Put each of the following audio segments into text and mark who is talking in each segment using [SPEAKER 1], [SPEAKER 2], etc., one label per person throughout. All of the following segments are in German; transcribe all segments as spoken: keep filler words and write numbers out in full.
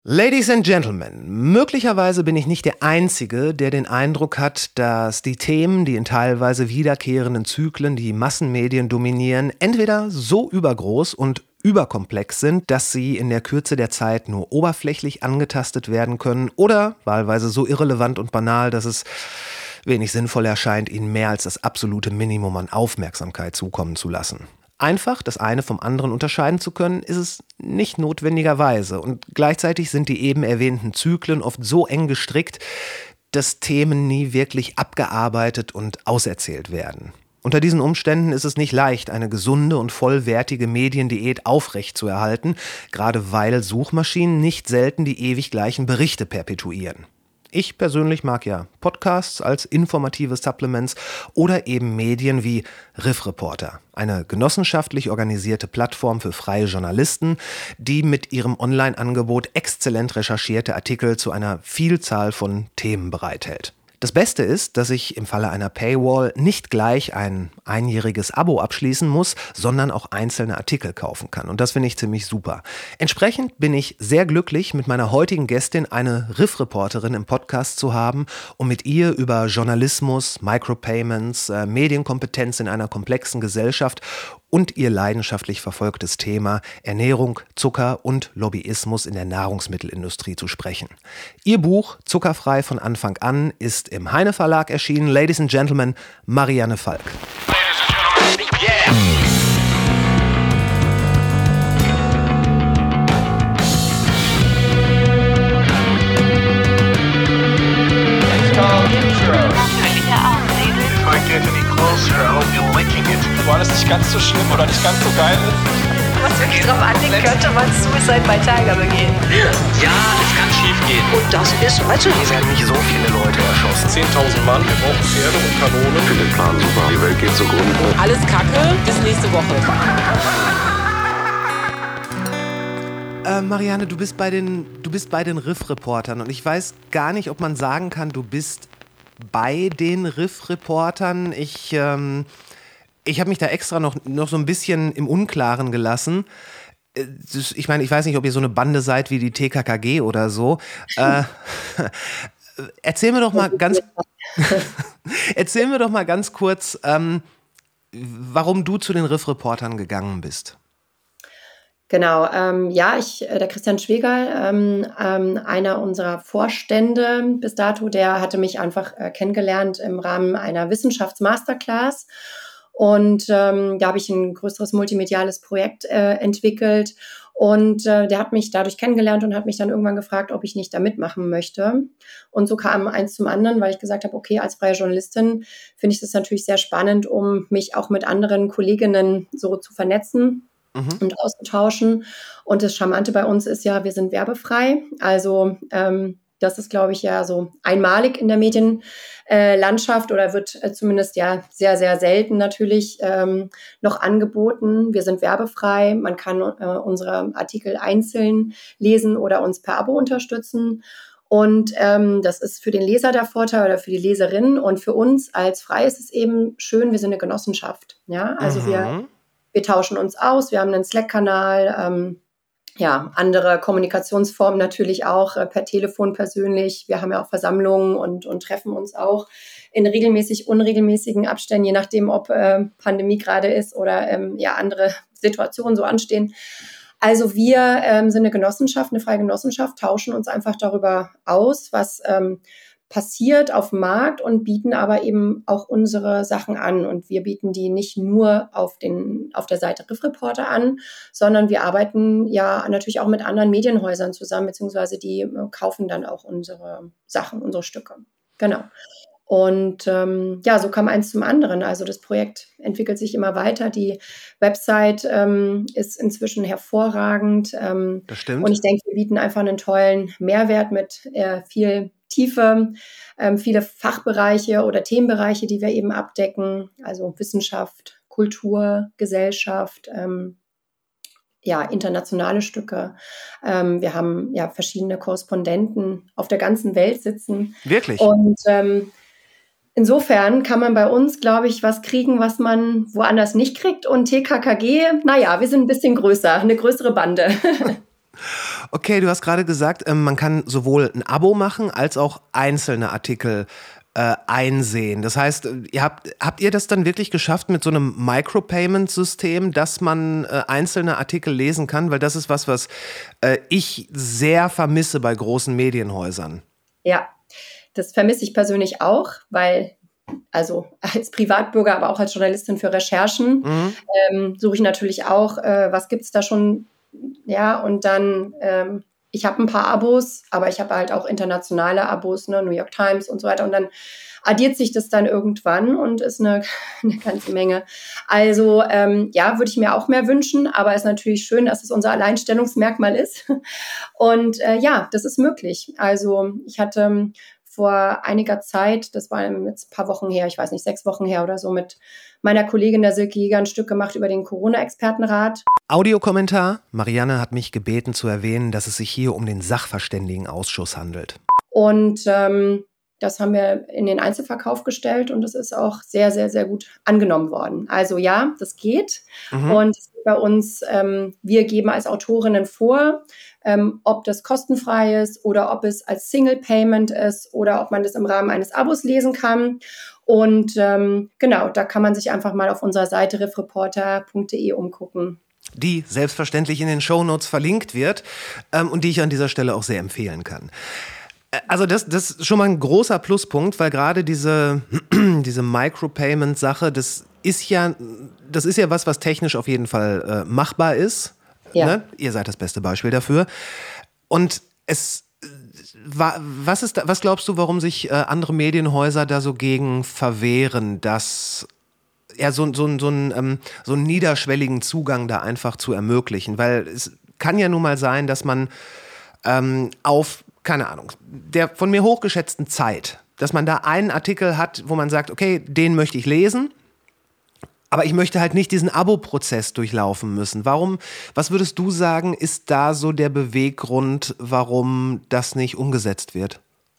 [SPEAKER 1] Ladies and Gentlemen, möglicherweise bin ich nicht der Einzige, der den Eindruck hat, dass die Themen, die in teilweise wiederkehrenden Zyklen die Massenmedien dominieren, entweder so übergroß und überkomplex sind, dass sie in der Kürze der Zeit nur oberflächlich angetastet werden können, oder wahlweise so irrelevant und banal, dass es wenig sinnvoll erscheint, ihnen mehr als das absolute Minimum an Aufmerksamkeit zukommen zu lassen. Einfach das eine vom anderen unterscheiden zu können, ist es nicht notwendigerweise. Und gleichzeitig sind die eben erwähnten Zyklen oft so eng gestrickt, dass Themen nie wirklich abgearbeitet und auserzählt werden. Unter diesen Umständen ist es nicht leicht, eine gesunde und vollwertige Mediendiät aufrechtzuerhalten, gerade weil Suchmaschinen nicht selten die ewig gleichen Berichte perpetuieren. Ich persönlich mag ja Podcasts als informative Supplements oder eben Medien wie Riff Reporter, eine genossenschaftlich organisierte Plattform für freie Journalisten, die mit ihrem Online-Angebot exzellent recherchierte Artikel zu einer Vielzahl von Themen bereithält. Das Beste ist, dass ich im Falle einer Paywall nicht gleich ein einjähriges Abo abschließen muss, sondern auch einzelne Artikel kaufen kann. Und das finde ich ziemlich super. Entsprechend bin ich sehr glücklich, mit meiner heutigen Gästin eine Riff-Reporterin im Podcast zu haben, um mit ihr über Journalismus, Micropayments, äh, Medienkompetenz in einer komplexen Gesellschaft und ihr leidenschaftlich verfolgtes Thema Ernährung, Zucker und Lobbyismus in der Nahrungsmittelindustrie zu sprechen. Ihr Buch Zuckerfrei von Anfang an ist im Heine Verlag erschienen. Ladies and Gentlemen, Marianne Falk.
[SPEAKER 2] War das nicht ganz so schlimm oder nicht ganz so geil ist?
[SPEAKER 3] Was wirklich drauf anlegen könnte, man Suicide by Tiger begehen.
[SPEAKER 4] Ja, das kann schief gehen.
[SPEAKER 3] Und das ist heute.
[SPEAKER 4] Hier werden nicht so viele Leute erschossen.
[SPEAKER 2] zehntausend Mann, wir brauchen Pferde und Kanonen.
[SPEAKER 5] Ich finde den Plan super. Die Welt geht zugrunde.
[SPEAKER 6] Alles Kacke, bis nächste Woche.
[SPEAKER 1] Äh, Marianne, du bist bei den, du bist bei den Riff-Reportern und ich weiß gar nicht, ob man sagen kann, du bist bei den Riff-Reportern. Ich, ähm, ich habe mich da extra noch, noch so ein bisschen im Unklaren gelassen. Ich meine, ich weiß nicht, ob ihr so eine Bande seid wie die T K K G oder so. Äh, erzähl mir doch mal ganz, erzähl mir doch mal ganz kurz, ähm, warum du zu den Riff-Reportern gegangen bist.
[SPEAKER 3] Genau, ähm, ja, ich, der Christian Schwegal, ähm, ähm, einer unserer Vorstände bis dato, der hatte mich einfach äh, kennengelernt im Rahmen einer Wissenschaftsmasterclass. Und ähm, da habe ich ein größeres multimediales Projekt äh, entwickelt. Und äh, der hat mich dadurch kennengelernt und hat mich dann irgendwann gefragt, ob ich nicht da mitmachen möchte. Und so kam eins zum anderen, weil ich gesagt habe, okay, als freie Journalistin finde ich das natürlich sehr spannend, um mich auch mit anderen Kolleginnen so zu vernetzen. Mhm. Und auszutauschen. Und das Charmante bei uns ist ja, wir sind werbefrei. Also ähm, das ist, glaube ich, ja so einmalig in der Medienlandschaft äh, oder wird äh, zumindest ja sehr, sehr selten natürlich ähm, noch angeboten. Wir sind werbefrei. Man kann äh, unsere Artikel einzeln lesen oder uns per Abo unterstützen. Und ähm, das ist für den Leser der Vorteil oder für die Leserin. Und für uns als Frei ist es eben schön, wir sind eine Genossenschaft. Ja, also mhm. wir Wir tauschen uns aus, wir haben einen Slack-Kanal, ähm, ja, andere Kommunikationsformen natürlich auch, äh, per Telefon persönlich. Wir haben ja auch Versammlungen und, und treffen uns auch in regelmäßig, unregelmäßigen Abständen, je nachdem, ob äh, Pandemie gerade ist oder ähm, ja, andere Situationen so anstehen. Also wir ähm, sind eine Genossenschaft, eine freie Genossenschaft, tauschen uns einfach darüber aus, was ähm, passiert auf dem Markt und bieten aber eben auch unsere Sachen an. Und wir bieten die nicht nur auf den, auf der Seite Riff Reporter an, sondern wir arbeiten ja natürlich auch mit anderen Medienhäusern zusammen, beziehungsweise die äh, kaufen dann auch unsere Sachen, unsere Stücke. Genau. Und ähm, ja, so kam eins zum anderen. Also das Projekt entwickelt sich immer weiter. Die Website ähm, ist inzwischen hervorragend. Ähm,
[SPEAKER 1] das stimmt.
[SPEAKER 3] Und ich denke, wir bieten einfach einen tollen Mehrwert mit äh, viel Tiefe, ähm, viele Fachbereiche oder Themenbereiche, die wir eben abdecken, also Wissenschaft, Kultur, Gesellschaft, ähm, ja, internationale Stücke. Ähm, wir haben ja verschiedene Korrespondenten auf der ganzen Welt sitzen.
[SPEAKER 1] Wirklich?
[SPEAKER 3] Und ähm, insofern kann man bei uns, glaube ich, was kriegen, was man woanders nicht kriegt. Und T K K G, naja, wir sind ein bisschen größer, eine größere Bande.
[SPEAKER 1] Okay, du hast gerade gesagt, ähm, man kann sowohl ein Abo machen, als auch einzelne Artikel äh, einsehen. Das heißt, ihr habt, habt ihr das dann wirklich geschafft mit so einem Micropayment-System, dass man äh, einzelne Artikel lesen kann? Weil das ist was, was äh, ich sehr vermisse bei großen Medienhäusern.
[SPEAKER 3] Ja, das vermisse ich persönlich auch, weil, also als Privatbürger, aber auch als Journalistin für Recherchen, mhm. ähm, suche ich natürlich auch, äh, was gibt es da schon, ja, und dann, ähm, ich habe ein paar Abos, aber ich habe halt auch internationale Abos, ne, New York Times und so weiter, und dann addiert sich das dann irgendwann und ist eine, eine ganze Menge. Also ähm, ja, würde ich mir auch mehr wünschen, aber es ist natürlich schön, dass es unser Alleinstellungsmerkmal ist. Und äh, ja, das ist möglich. Also ich hatte ähm, vor einiger Zeit, das war jetzt ein paar Wochen her, ich weiß nicht, sechs Wochen her oder so, mit meiner Kollegin der Silke Jäger ein Stück gemacht über den Corona-Expertenrat.
[SPEAKER 1] Audiokommentar. Marianne hat mich gebeten zu erwähnen, dass es sich hier um den Sachverständigenausschuss handelt.
[SPEAKER 3] Und ähm, das haben wir in den Einzelverkauf gestellt und es ist auch sehr, sehr, sehr gut angenommen worden. Also ja, das geht. Mhm. Und bei uns, ähm, wir geben als Autorinnen vor, ähm, ob das kostenfrei ist oder ob es als Single-Payment ist oder ob man das im Rahmen eines Abos lesen kann. Und ähm, genau, da kann man sich einfach mal auf unserer Seite riff reporter punkt de umgucken.
[SPEAKER 1] Die selbstverständlich in den Shownotes verlinkt wird ähm, und die ich an dieser Stelle auch sehr empfehlen kann. Also das, das ist schon mal ein großer Pluspunkt, weil gerade diese, diese Micropayment-Sache, das ist ja, das ist ja was, was technisch auf jeden Fall äh, machbar ist. Ja. Ne? Ihr seid das beste Beispiel dafür. Und es war, was ist da, was glaubst du, warum sich äh, andere Medienhäuser da so gegen verwehren, dass ja, so, so, so, ein, ähm, so einen niederschwelligen Zugang da einfach zu ermöglichen? Weil es kann ja nun mal sein, dass man ähm, auf, keine Ahnung, der von mir hochgeschätzten Zeit, dass man da einen Artikel hat, wo man sagt, okay, den möchte ich lesen, aber ich möchte halt nicht diesen Abo-Prozess durchlaufen müssen. Warum, was würdest du sagen, ist da so der Beweggrund, warum das nicht umgesetzt wird?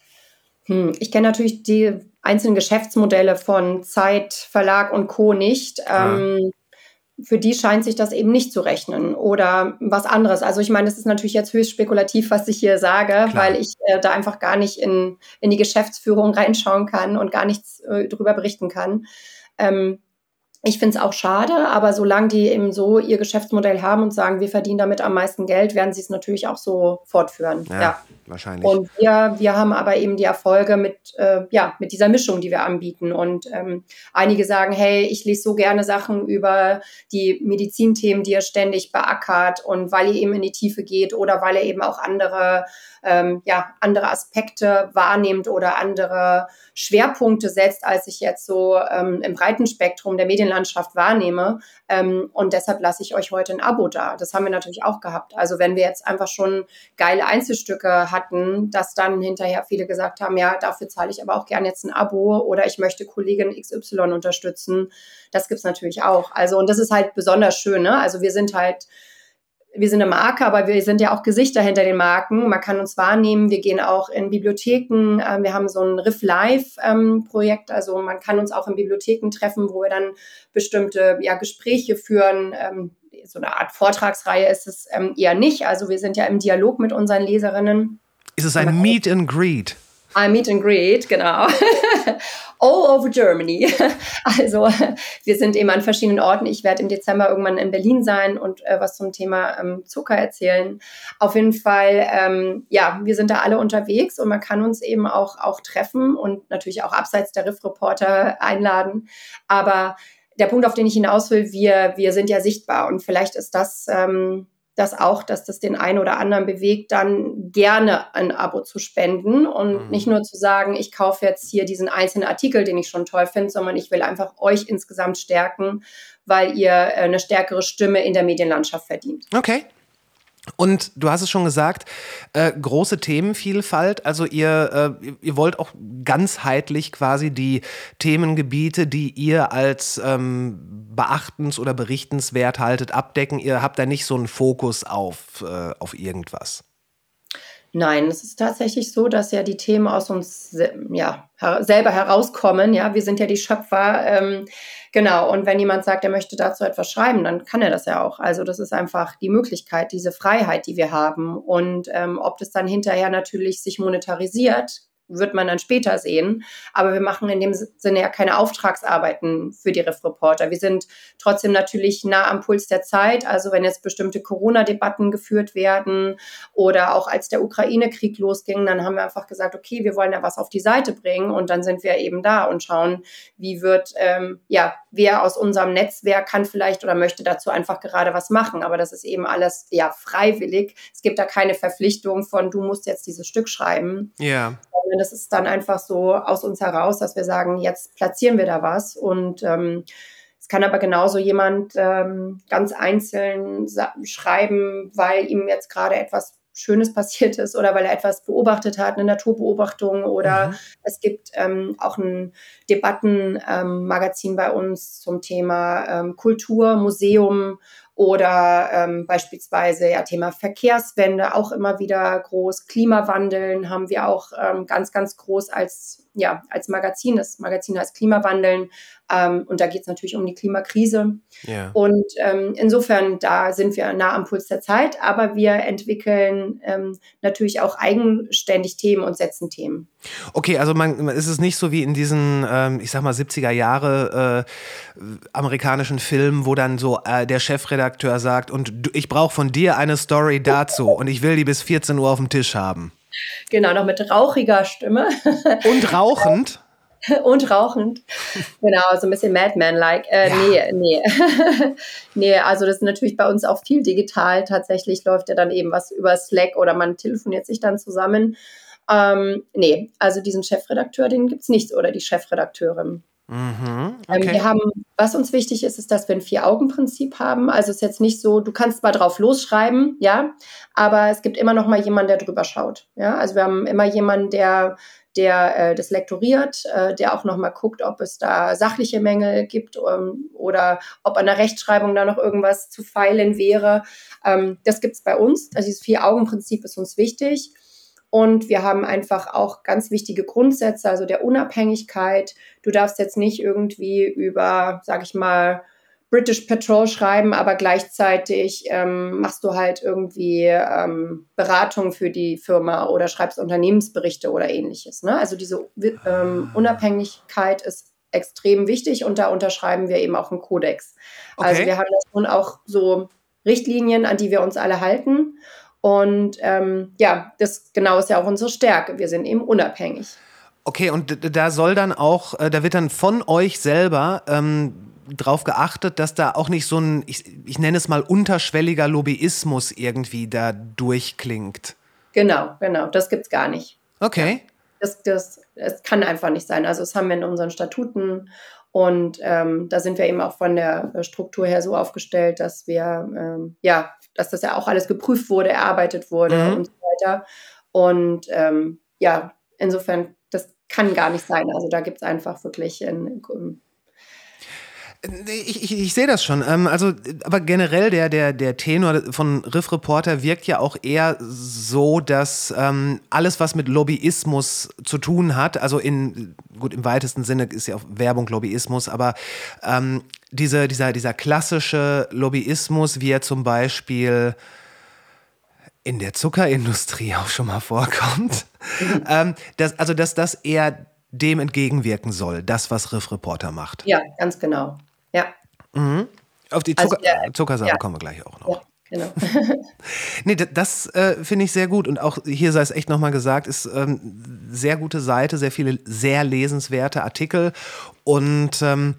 [SPEAKER 3] Hm, ich kenne natürlich die einzelnen Geschäftsmodelle von Zeit, Verlag und Co. nicht. Ja. Ähm, für die scheint sich das eben nicht zu rechnen oder was anderes. Also ich meine, das ist natürlich jetzt höchst spekulativ, was ich hier sage, Klar. weil ich äh, da einfach gar nicht in, in die Geschäftsführung reinschauen kann und gar nichts äh, drüber berichten kann. Ähm, Ich finde es auch schade, aber solange die eben so ihr Geschäftsmodell haben und sagen, wir verdienen damit am meisten Geld, werden sie es natürlich auch so fortführen.
[SPEAKER 1] Ja,
[SPEAKER 3] ja.
[SPEAKER 1] wahrscheinlich.
[SPEAKER 3] Und wir, wir haben aber eben die Erfolge mit, äh, ja, mit dieser Mischung, die wir anbieten. Und ähm, einige sagen, hey, ich lese so gerne Sachen über die Medizinthemen, die ihr ständig beackert und weil ihr eben in die Tiefe geht oder weil ihr eben auch andere, ähm, ja, andere Aspekte wahrnehmt oder andere Schwerpunkte setzt, als ich jetzt so ähm, im breiten Spektrum der Medienlandschaft wahrnehme. Ähm, und deshalb lasse ich euch heute ein Abo da. Das haben wir natürlich auch gehabt. Also wenn wir jetzt einfach schon geile Einzelstücke hatten, dass dann hinterher viele gesagt haben, ja, dafür zahle ich aber auch gerne jetzt ein Abo oder ich möchte Kollegin X Y unterstützen. Das gibt's natürlich auch. Also und das ist halt besonders schön, ne? Also wir sind halt Wir sind eine Marke, aber wir sind ja auch Gesichter hinter den Marken. Man kann uns wahrnehmen. Wir gehen auch in Bibliotheken. Wir haben so ein Riff Live-Projekt. Also man kann uns auch in Bibliotheken treffen, wo wir dann bestimmte ja, Gespräche führen. So eine Art Vortragsreihe ist es eher nicht. Also wir sind ja im Dialog mit unseren Leserinnen.
[SPEAKER 1] Ist es ein Meet and Greet?
[SPEAKER 3] Ein Meet and Greet, genau. All over Germany. Also wir sind eben an verschiedenen Orten. Ich werde im Dezember irgendwann in Berlin sein und äh, was zum Thema ähm, Zucker erzählen. Auf jeden Fall, ähm, ja, wir sind da alle unterwegs und man kann uns eben auch, auch treffen und natürlich auch abseits der Riff Reporter einladen. Aber der Punkt, auf den ich hinaus will, wir, wir sind ja sichtbar und vielleicht ist das... Ähm, das auch, dass das den einen oder anderen bewegt, dann gerne ein Abo zu spenden und mhm. nicht nur zu sagen, ich kaufe jetzt hier diesen einzelnen Artikel, den ich schon toll finde, sondern ich will einfach euch insgesamt stärken, weil ihr eine stärkere Stimme in der Medienlandschaft verdient.
[SPEAKER 1] Okay. Und du hast es schon gesagt, äh, große Themenvielfalt, also ihr, äh, ihr wollt auch ganzheitlich quasi die Themengebiete, die ihr als ähm, beachtens- oder berichtenswert haltet, abdecken. Ihr habt da nicht so einen Fokus auf, äh, auf irgendwas.
[SPEAKER 3] Nein, es ist tatsächlich so, dass ja die Themen aus uns ja, selber herauskommen. Ja, wir sind ja die Schöpfer. Ähm, genau. Und wenn jemand sagt, er möchte dazu etwas schreiben, dann kann er das ja auch. Also das ist einfach die Möglichkeit, diese Freiheit, die wir haben. Und ähm, ob das dann hinterher natürlich sich monetarisiert, wird man dann später sehen. Aber wir machen in dem Sinne ja keine Auftragsarbeiten für die Riff Reporter. Wir sind trotzdem natürlich nah am Puls der Zeit. Also wenn jetzt bestimmte Corona-Debatten geführt werden oder auch als der Ukraine-Krieg losging, dann haben wir einfach gesagt, okay, wir wollen da was auf die Seite bringen. Und dann sind wir eben da und schauen, wie wird, ähm, ja, wer aus unserem Netzwerk kann vielleicht oder möchte dazu einfach gerade was machen. Aber das ist eben alles, ja, freiwillig. Es gibt da keine Verpflichtung von, du musst jetzt dieses Stück schreiben.
[SPEAKER 1] Ja.
[SPEAKER 3] Das ist dann einfach so aus uns heraus, dass wir sagen, jetzt platzieren wir da was. Und ähm, es kann aber genauso jemand ähm, ganz einzeln sa- schreiben, weil ihm jetzt gerade etwas Schönes passiert ist oder weil er etwas beobachtet hat, eine Naturbeobachtung oder mhm. es gibt ähm, auch ein Debattenmagazin ähm, bei uns zum Thema ähm, Kultur, Museum oder ähm, beispielsweise ja Thema Verkehrswende, auch immer wieder groß. Klimawandeln haben wir auch ähm, ganz, ganz groß als, ja, als Magazin. Das Magazin heißt Klimawandeln ähm, und da geht es natürlich um die Klimakrise. Yeah. Und ähm, insofern, da sind wir nah am Puls der Zeit, aber wir entwickeln ähm, natürlich auch eigenständig Themen und setzen Themen.
[SPEAKER 1] Okay, also man, ist es nicht so wie in diesen, ähm, ich sag mal, siebziger Jahre äh, amerikanischen Filmen, wo dann so äh, der Chefredakteur sagt, und du, ich brauche von dir eine Story dazu und ich will die bis vierzehn Uhr auf dem Tisch haben.
[SPEAKER 3] Genau, noch mit rauchiger Stimme.
[SPEAKER 1] Und rauchend?
[SPEAKER 3] Und rauchend. Genau, so ein bisschen Madman-like. Äh, ja. Nee, nee. nee, also das ist natürlich bei uns auch viel digital. Tatsächlich läuft ja dann eben was über Slack oder man telefoniert sich dann zusammen. Ähm, nee, also diesen Chefredakteur, den gibt's nicht, oder die Chefredakteurin.
[SPEAKER 1] Mhm, okay.
[SPEAKER 3] ähm, wir haben, was uns wichtig ist, ist, dass wir ein Vier-Augen-Prinzip haben. Also es ist jetzt nicht so, du kannst zwar drauf losschreiben, ja, aber es gibt immer noch mal jemanden, der drüber schaut. Ja, also wir haben immer jemanden, der der äh, das lektoriert, äh, der auch noch mal guckt, ob es da sachliche Mängel gibt ähm, oder ob an der Rechtschreibung da noch irgendwas zu feilen wäre. Ähm, das gibt's bei uns. Also dieses Vier-Augen-Prinzip ist uns wichtig. Und wir haben einfach auch ganz wichtige Grundsätze, also der Unabhängigkeit. Du darfst jetzt nicht irgendwie über, sag ich mal, British Petrol schreiben, aber gleichzeitig ähm, machst du halt irgendwie ähm, Beratung für die Firma oder schreibst Unternehmensberichte oder ähnliches. Ne? Also diese ähm, Unabhängigkeit ist extrem wichtig und da unterschreiben wir eben auch einen Kodex. Okay. Also wir haben da schon auch so Richtlinien, an die wir uns alle halten. Und ähm, ja, das genau ist ja auch unsere Stärke. Wir sind eben unabhängig.
[SPEAKER 1] Okay, und da soll dann auch, da wird dann von euch selber ähm, drauf geachtet, dass da auch nicht so ein, ich, ich nenne es mal unterschwelliger Lobbyismus irgendwie da durchklingt.
[SPEAKER 3] Genau, genau, das gibt's gar nicht.
[SPEAKER 1] Okay.
[SPEAKER 3] Ja, das, das, das kann einfach nicht sein. Also das haben wir in unseren Statuten und ähm, da sind wir eben auch von der Struktur her so aufgestellt, dass wir, ähm, ja, dass das ja auch alles geprüft wurde, erarbeitet wurde mhm. und so weiter. Und ähm, ja, insofern, das kann gar nicht sein. Also da gibt es einfach wirklich ein, ein
[SPEAKER 1] Ich, ich, ich sehe das schon. Also, aber generell der, der, der Tenor von Riff Reporter wirkt ja auch eher so, dass ähm, alles, was mit Lobbyismus zu tun hat, also in, gut, im weitesten Sinne ist ja auch Werbung Lobbyismus, aber ähm, diese, dieser, dieser klassische Lobbyismus, wie er zum Beispiel in der Zuckerindustrie auch schon mal vorkommt, mhm. ähm, dass, also dass das eher dem entgegenwirken soll, das, was Riff Reporter macht.
[SPEAKER 3] Ja, ganz genau. Ja.
[SPEAKER 1] Mhm. Auf die Zucker- also der, Zuckersache ja. kommen wir gleich auch noch.
[SPEAKER 3] Ja, genau.
[SPEAKER 1] nee, das, das äh, finde ich sehr gut. Und auch hier sei es echt nochmal gesagt, ist ähm, sehr gute Seite, sehr viele sehr lesenswerte Artikel. Und ähm,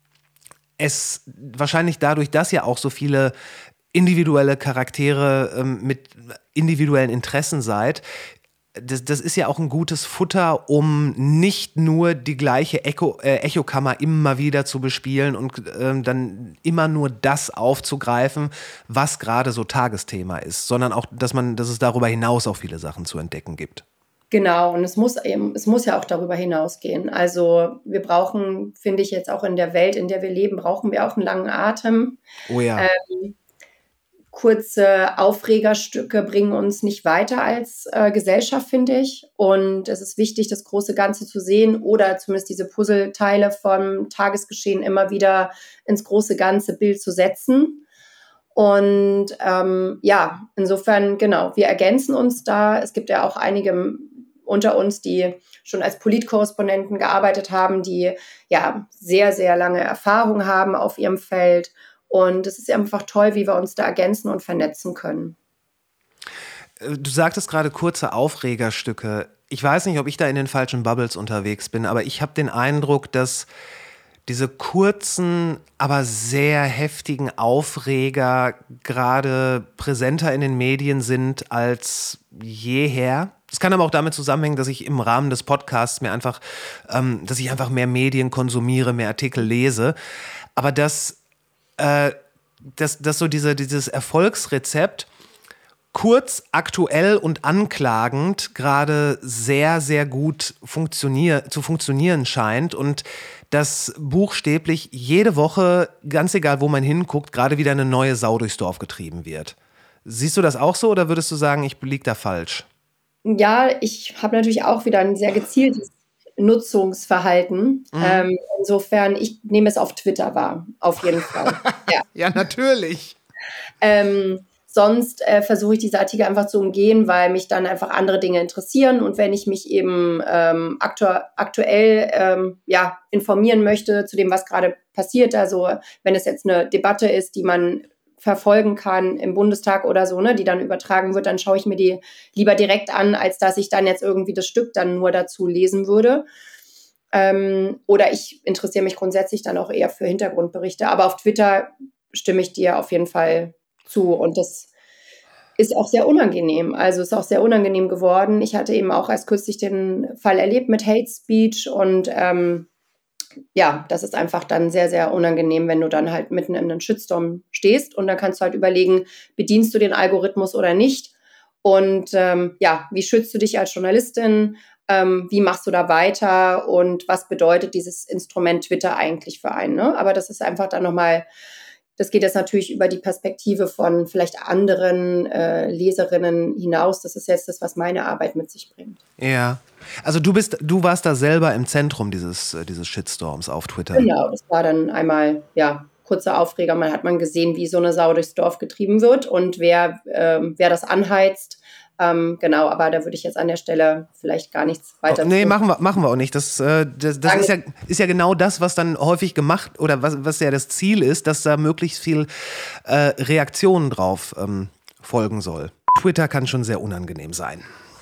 [SPEAKER 1] es wahrscheinlich dadurch, dass ja auch so viele individuelle Charaktere ähm, mit individuellen Interessen seid, Das, das ist ja auch ein gutes Futter, um nicht nur die gleiche Echo, äh, Echokammer immer wieder zu bespielen und ähm, dann immer nur das aufzugreifen, was gerade so Tagesthema ist, sondern auch, dass man, dass es darüber hinaus auch viele Sachen zu entdecken gibt.
[SPEAKER 3] Genau, und es muss eben, es muss ja auch darüber hinausgehen. Also wir brauchen, finde ich jetzt auch in der Welt, in der wir leben, brauchen wir auch einen langen Atem.
[SPEAKER 1] Oh ja.
[SPEAKER 3] Ähm, kurze Aufregerstücke bringen uns nicht weiter als äh, Gesellschaft, finde ich. Und es ist wichtig, das große Ganze zu sehen oder zumindest diese Puzzleteile vom Tagesgeschehen immer wieder ins große ganze Bild zu setzen. Und ähm, ja, insofern, genau, wir ergänzen uns da. Es gibt ja auch einige unter uns, die schon als Politkorrespondenten gearbeitet haben, die ja sehr, sehr lange Erfahrung haben auf ihrem Feld. Und es ist einfach toll, wie wir uns da ergänzen und vernetzen können.
[SPEAKER 1] Du sagtest gerade kurze Aufregerstücke. Ich weiß nicht, ob ich da in den falschen Bubbles unterwegs bin, aber ich habe den Eindruck, dass diese kurzen, aber sehr heftigen Aufreger gerade präsenter in den Medien sind als jeher. Es kann aber auch damit zusammenhängen, dass ich im Rahmen des Podcasts mir einfach, ähm, dass ich einfach mehr Medien konsumiere, mehr Artikel lese. Aber dass Äh, dass, dass so diese, dieses Erfolgsrezept kurz, aktuell und anklagend gerade sehr, sehr gut funktionier- zu funktionieren scheint und dass buchstäblich jede Woche, ganz egal wo man hinguckt, gerade wieder eine neue Sau durchs Dorf getrieben wird. Siehst du das auch so oder würdest du sagen, ich liege da falsch?
[SPEAKER 3] Ja, ich habe natürlich auch wieder ein sehr gezieltes Nutzungsverhalten. Mhm. Ähm, insofern, ich nehme es auf Twitter wahr, auf jeden Fall. Ja,
[SPEAKER 1] ja natürlich.
[SPEAKER 3] Ähm, sonst äh, versuche ich diese Artikel einfach zu umgehen, weil mich dann einfach andere Dinge interessieren. Und wenn ich mich eben ähm, aktu- aktuell ähm, ja, informieren möchte zu dem, was gerade passiert, also wenn es jetzt eine Debatte ist, die man verfolgen kann im Bundestag oder so, ne, die dann übertragen wird, dann schaue ich mir die lieber direkt an, als dass ich dann jetzt irgendwie das Stück dann nur dazu lesen würde. Ähm, oder ich interessiere mich grundsätzlich dann auch eher für Hintergrundberichte. Aber auf Twitter stimme ich dir auf jeden Fall zu. Und das ist auch sehr unangenehm. Also ist auch sehr unangenehm geworden. Ich hatte eben auch erst kürzlich den Fall erlebt mit Hate Speech und ähm, ja, das ist einfach dann sehr, sehr unangenehm, wenn du dann halt mitten in einem Shitstorm stehst und dann kannst du halt überlegen, bedienst du den Algorithmus oder nicht und ähm, ja, wie schützt du dich als Journalistin, ähm, wie machst du da weiter und was bedeutet dieses Instrument Twitter eigentlich für einen, ne? Aber das ist einfach dann nochmal, das geht jetzt natürlich über die Perspektive von vielleicht anderen äh, Leserinnen hinaus. Das ist jetzt das, was meine Arbeit mit sich bringt.
[SPEAKER 1] Ja, also du bist, du warst da selber im Zentrum dieses, dieses Shitstorms auf Twitter.
[SPEAKER 3] Genau, das war dann einmal, ja, kurzer Aufreger. Man hat man gesehen, wie so eine Sau durchs Dorf getrieben wird und wer, ähm, wer das anheizt. Ähm, genau, aber da würde ich jetzt an der Stelle vielleicht gar nichts weiter
[SPEAKER 1] oh, Nee, machen wir, machen wir auch nicht. Das, äh, das, das ist, ja, ist ja genau das, was dann häufig gemacht oder was, was ja das Ziel ist, dass da möglichst viel äh, Reaktionen drauf ähm, folgen soll. Twitter kann schon sehr unangenehm sein.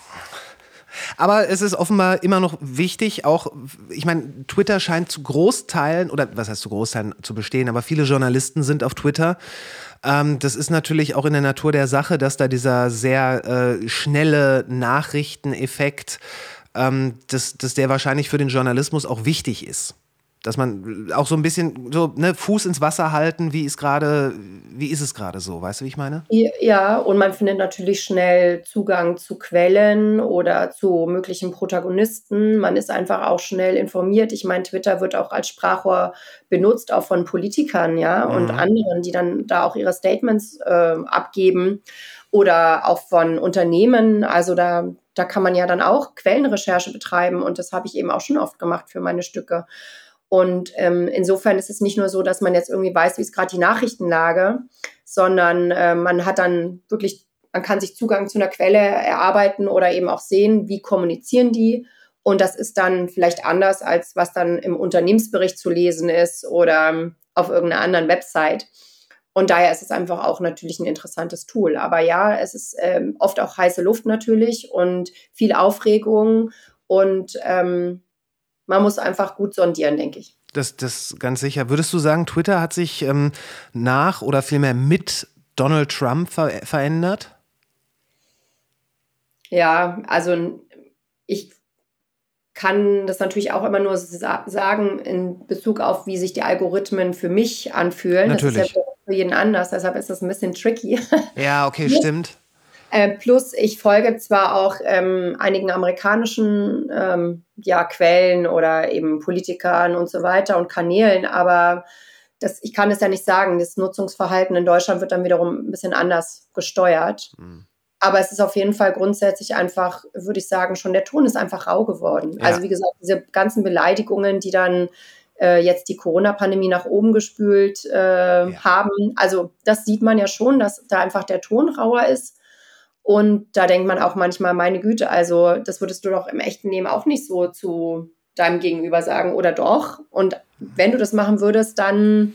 [SPEAKER 1] Aber es ist offenbar immer noch wichtig, auch, ich meine, Twitter scheint zu Großteilen, oder was heißt zu Großteilen zu bestehen, aber viele Journalisten sind auf Twitter. Ähm, das ist natürlich auch in der Natur der Sache, dass da dieser sehr äh, schnelle Nachrichteneffekt, ähm, dass, dass der wahrscheinlich für den Journalismus auch wichtig ist. Dass man auch so ein bisschen so, ne, Fuß ins Wasser halten, wie ist gerade, wie ist es gerade so, weißt du, wie ich meine?
[SPEAKER 3] Ja, und man findet natürlich schnell Zugang zu Quellen oder zu möglichen Protagonisten. Man ist einfach auch schnell informiert. Ich meine, Twitter wird auch als Sprachrohr benutzt, auch von Politikern, ja, mhm. und anderen, die dann da auch ihre Statements äh, abgeben oder auch von Unternehmen. Also da, da kann man ja dann auch Quellenrecherche betreiben und das habe ich eben auch schon oft gemacht für meine Stücke. Und ähm, insofern ist es nicht nur so, dass man jetzt irgendwie weiß, wie ist gerade die Nachrichtenlage, sondern äh, man hat dann wirklich, man kann sich Zugang zu einer Quelle erarbeiten oder eben auch sehen, wie kommunizieren die. Und das ist dann vielleicht anders, als was dann im Unternehmensbericht zu lesen ist oder ähm, auf irgendeiner anderen Website. Und daher ist es einfach auch natürlich ein interessantes Tool. Aber ja, es ist ähm, oft auch heiße Luft natürlich und viel Aufregung und ähm, man muss einfach gut sondieren, denke ich.
[SPEAKER 1] Das, das ganz sicher. Würdest du sagen, Twitter hat sich ähm, nach oder vielmehr mit Donald Trump ver- verändert?
[SPEAKER 3] Ja, also ich kann das natürlich auch immer nur sa- sagen in Bezug auf, wie sich die Algorithmen für mich anfühlen.
[SPEAKER 1] Natürlich.
[SPEAKER 3] Das ist ja für jeden anders, deshalb ist das ein bisschen tricky.
[SPEAKER 1] Ja, okay, stimmt.
[SPEAKER 3] Äh, plus, ich folge zwar auch ähm, einigen amerikanischen ähm, ja, Quellen oder eben Politikern und so weiter und Kanälen, aber das, ich kann es ja nicht sagen, das Nutzungsverhalten in Deutschland wird dann wiederum ein bisschen anders gesteuert. Mhm. Aber es ist auf jeden Fall grundsätzlich einfach, würde ich sagen, schon der Ton ist einfach rau geworden. Ja. Also wie gesagt, diese ganzen Beleidigungen, die dann äh, jetzt die Corona-Pandemie nach oben gespült äh, ja. haben, also das sieht man ja schon, dass da einfach der Ton rauer ist. Und da denkt man auch manchmal, meine Güte, also das würdest du doch im echten Leben auch nicht so zu deinem Gegenüber sagen, oder doch? Und wenn du das machen würdest, dann...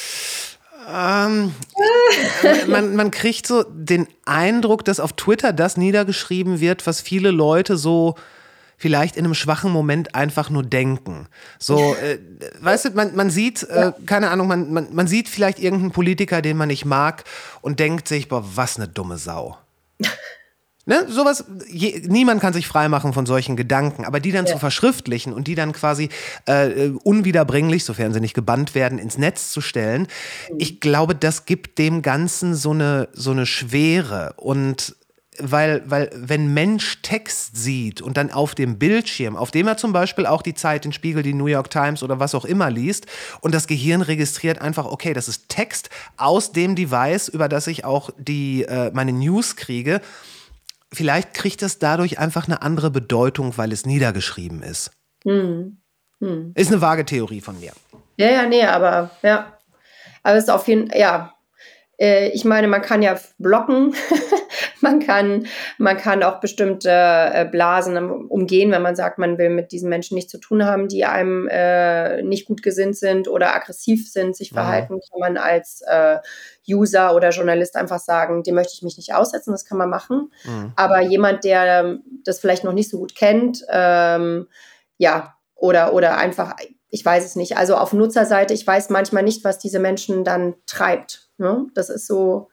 [SPEAKER 1] Ähm, man, man kriegt so den Eindruck, dass auf Twitter das niedergeschrieben wird, was viele Leute so vielleicht in einem schwachen Moment einfach nur denken. So, äh, weißt du, man, man sieht, äh, keine Ahnung, man, man, man sieht vielleicht irgendeinen Politiker, den man nicht mag und denkt sich, boah, was eine dumme Sau. Ne, sowas, je, niemand kann sich freimachen von solchen Gedanken, aber die dann ja. zu verschriftlichen und die dann quasi äh, unwiederbringlich, sofern sie nicht gebannt werden, ins Netz zu stellen, mhm. ich glaube, das gibt dem Ganzen so eine, so eine Schwere. Und weil, weil wenn Mensch Text sieht und dann auf dem Bildschirm, auf dem er zum Beispiel auch die Zeit, den Spiegel, die New York Times oder was auch immer liest und das Gehirn registriert einfach, okay, das ist Text aus dem Device, über das ich auch die, äh, meine News kriege, vielleicht kriegt es dadurch einfach eine andere Bedeutung, weil es niedergeschrieben ist. Hm. Hm. Ist eine vage Theorie von mir.
[SPEAKER 3] Ja, ja, nee, aber ja. Aber es ist auf jeden Fall, ja. Äh, ich meine, man kann ja blocken. man, kann, man kann auch bestimmte äh, Blasen umgehen, wenn man sagt, man will mit diesen Menschen nichts zu tun haben, die einem äh, nicht gut gesinnt sind oder aggressiv sind, sich verhalten, ja. kann man als äh, User oder Journalist einfach sagen, dem möchte ich mich nicht aussetzen, das kann man machen. Mhm. Aber jemand, der das vielleicht noch nicht so gut kennt, ähm, ja, oder, oder einfach, ich weiß es nicht. Also auf Nutzerseite, ich weiß manchmal nicht, was diese Menschen dann treibt. Ne? Das ist so...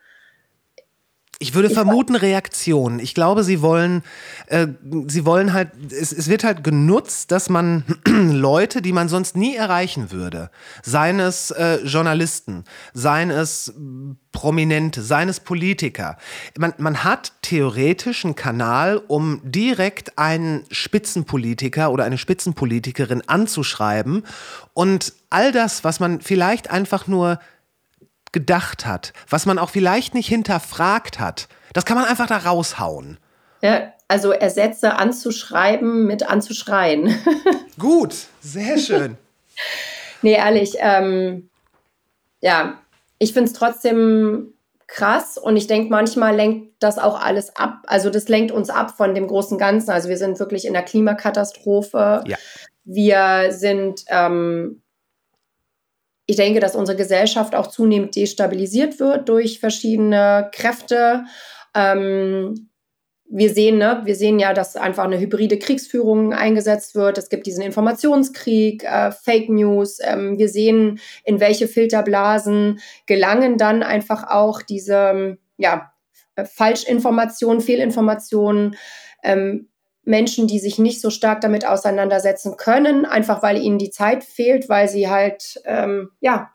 [SPEAKER 1] Ich würde vermuten Reaktionen. Ich glaube, sie wollen, äh, sie wollen halt, es, es wird halt genutzt, dass man Leute, die man sonst nie erreichen würde, seien es äh, Journalisten, seien es Prominente, seien es Politiker. Man, man hat theoretisch einen Kanal, um direkt einen Spitzenpolitiker oder eine Spitzenpolitikerin anzuschreiben und all das, was man vielleicht einfach nur gedacht hat, was man auch vielleicht nicht hinterfragt hat, das kann man einfach da raushauen.
[SPEAKER 3] Ja, also ersetze anzuschreiben mit anzuschreien.
[SPEAKER 1] Gut, sehr schön.
[SPEAKER 3] Nee, ehrlich, ähm, ja, ich finde es trotzdem krass und ich denke, manchmal lenkt das auch alles ab. Also das lenkt uns ab von dem großen Ganzen. Also wir sind wirklich in der Klimakatastrophe. Ja. Wir sind... Ähm, Ich denke, dass unsere Gesellschaft auch zunehmend destabilisiert wird durch verschiedene Kräfte. Ähm, wir sehen, ne, wir sehen ja, dass einfach eine hybride Kriegsführung eingesetzt wird. Es gibt diesen Informationskrieg, äh, Fake News. Ähm, wir sehen, in welche Filterblasen gelangen dann einfach auch diese ja, Falschinformationen, Fehlinformationen. Ähm, Menschen, die sich nicht so stark damit auseinandersetzen können, einfach weil ihnen die Zeit fehlt, weil sie halt ähm, ja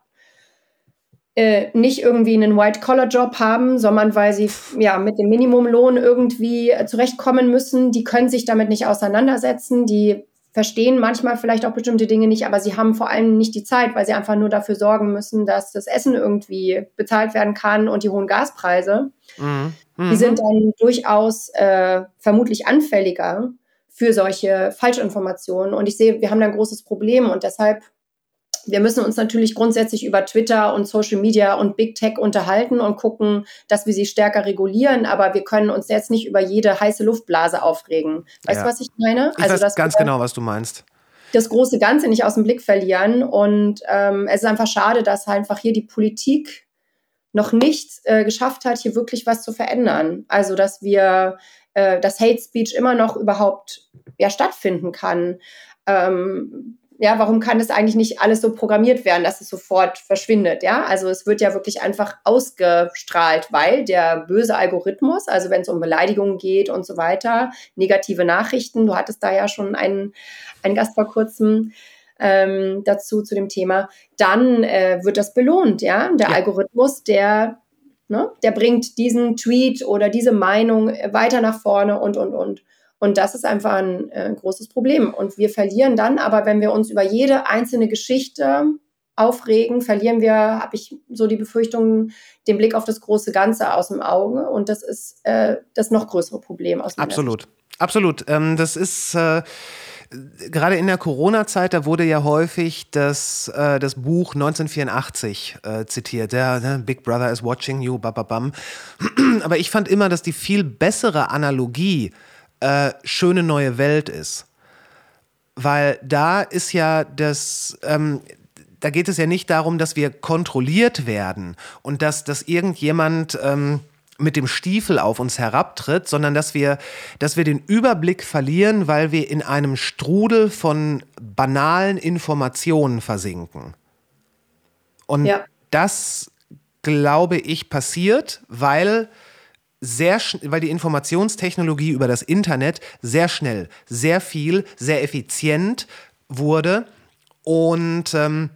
[SPEAKER 3] äh, nicht irgendwie einen White-Collar-Job haben, sondern weil sie ja mit dem Minimumlohn irgendwie äh, zurechtkommen müssen. Die können sich damit nicht auseinandersetzen, die verstehen manchmal vielleicht auch bestimmte Dinge nicht, aber sie haben vor allem nicht die Zeit, weil sie einfach nur dafür sorgen müssen, dass das Essen irgendwie bezahlt werden kann und die hohen Gaspreise. Mhm. Die sind dann durchaus äh, vermutlich anfälliger für solche Falschinformationen. Und ich sehe, wir haben da ein großes Problem. Und deshalb, wir müssen uns natürlich grundsätzlich über Twitter und Social Media und Big Tech unterhalten und gucken, dass wir sie stärker regulieren. Aber wir können uns jetzt nicht über jede heiße Luftblase aufregen. Weißt
[SPEAKER 1] ja.
[SPEAKER 3] du, was ich meine?
[SPEAKER 1] Ich also, weiß dass ganz genau, was du meinst.
[SPEAKER 3] Das große Ganze nicht aus dem Blick verlieren. Und ähm, es ist einfach schade, dass einfach hier die Politik noch nicht äh, geschafft hat, hier wirklich was zu verändern. Also, dass wir, äh, dass Hate Speech immer noch überhaupt ja, stattfinden kann. Ähm, ja, warum kann das eigentlich nicht alles so programmiert werden, dass es sofort verschwindet? Ja, also es wird ja wirklich einfach ausgestrahlt, weil der böse Algorithmus, also wenn es um Beleidigungen geht und so weiter, negative Nachrichten, du hattest da ja schon einen, einen Gast vor kurzem, Ähm, dazu, zu dem Thema, dann äh, wird das belohnt, ja. Der ja. Algorithmus, der, ne, der bringt diesen Tweet oder diese Meinung weiter nach vorne und, und, und. Und das ist einfach ein äh, großes Problem. Und wir verlieren dann aber, wenn wir uns über jede einzelne Geschichte aufregen, verlieren wir, habe ich so die Befürchtung, den Blick auf das große Ganze aus dem Auge. Und das ist äh, das noch größere Problem aus meiner
[SPEAKER 1] Absolut,
[SPEAKER 3] Sicht.
[SPEAKER 1] absolut. Ähm, das ist äh, gerade in der Corona-Zeit, da wurde ja häufig das, äh, das Buch neunzehnhundertvierundachtzig äh, zitiert. Ja, ne? Big Brother is watching you, bababam. Aber ich fand immer, dass die viel bessere Analogie äh, Schöne neue Welt ist. Weil da ist ja das, ähm, da geht es ja nicht darum, dass wir kontrolliert werden und dass, dass irgendjemand ähm, mit dem Stiefel auf uns herabtritt, sondern dass wir, dass wir den Überblick verlieren, weil wir in einem Strudel von banalen Informationen versinken. Und ja. das, glaube ich, passiert, weil sehr sch- weil die Informationstechnologie über das Internet sehr schnell, sehr viel, sehr effizient wurde und ähm,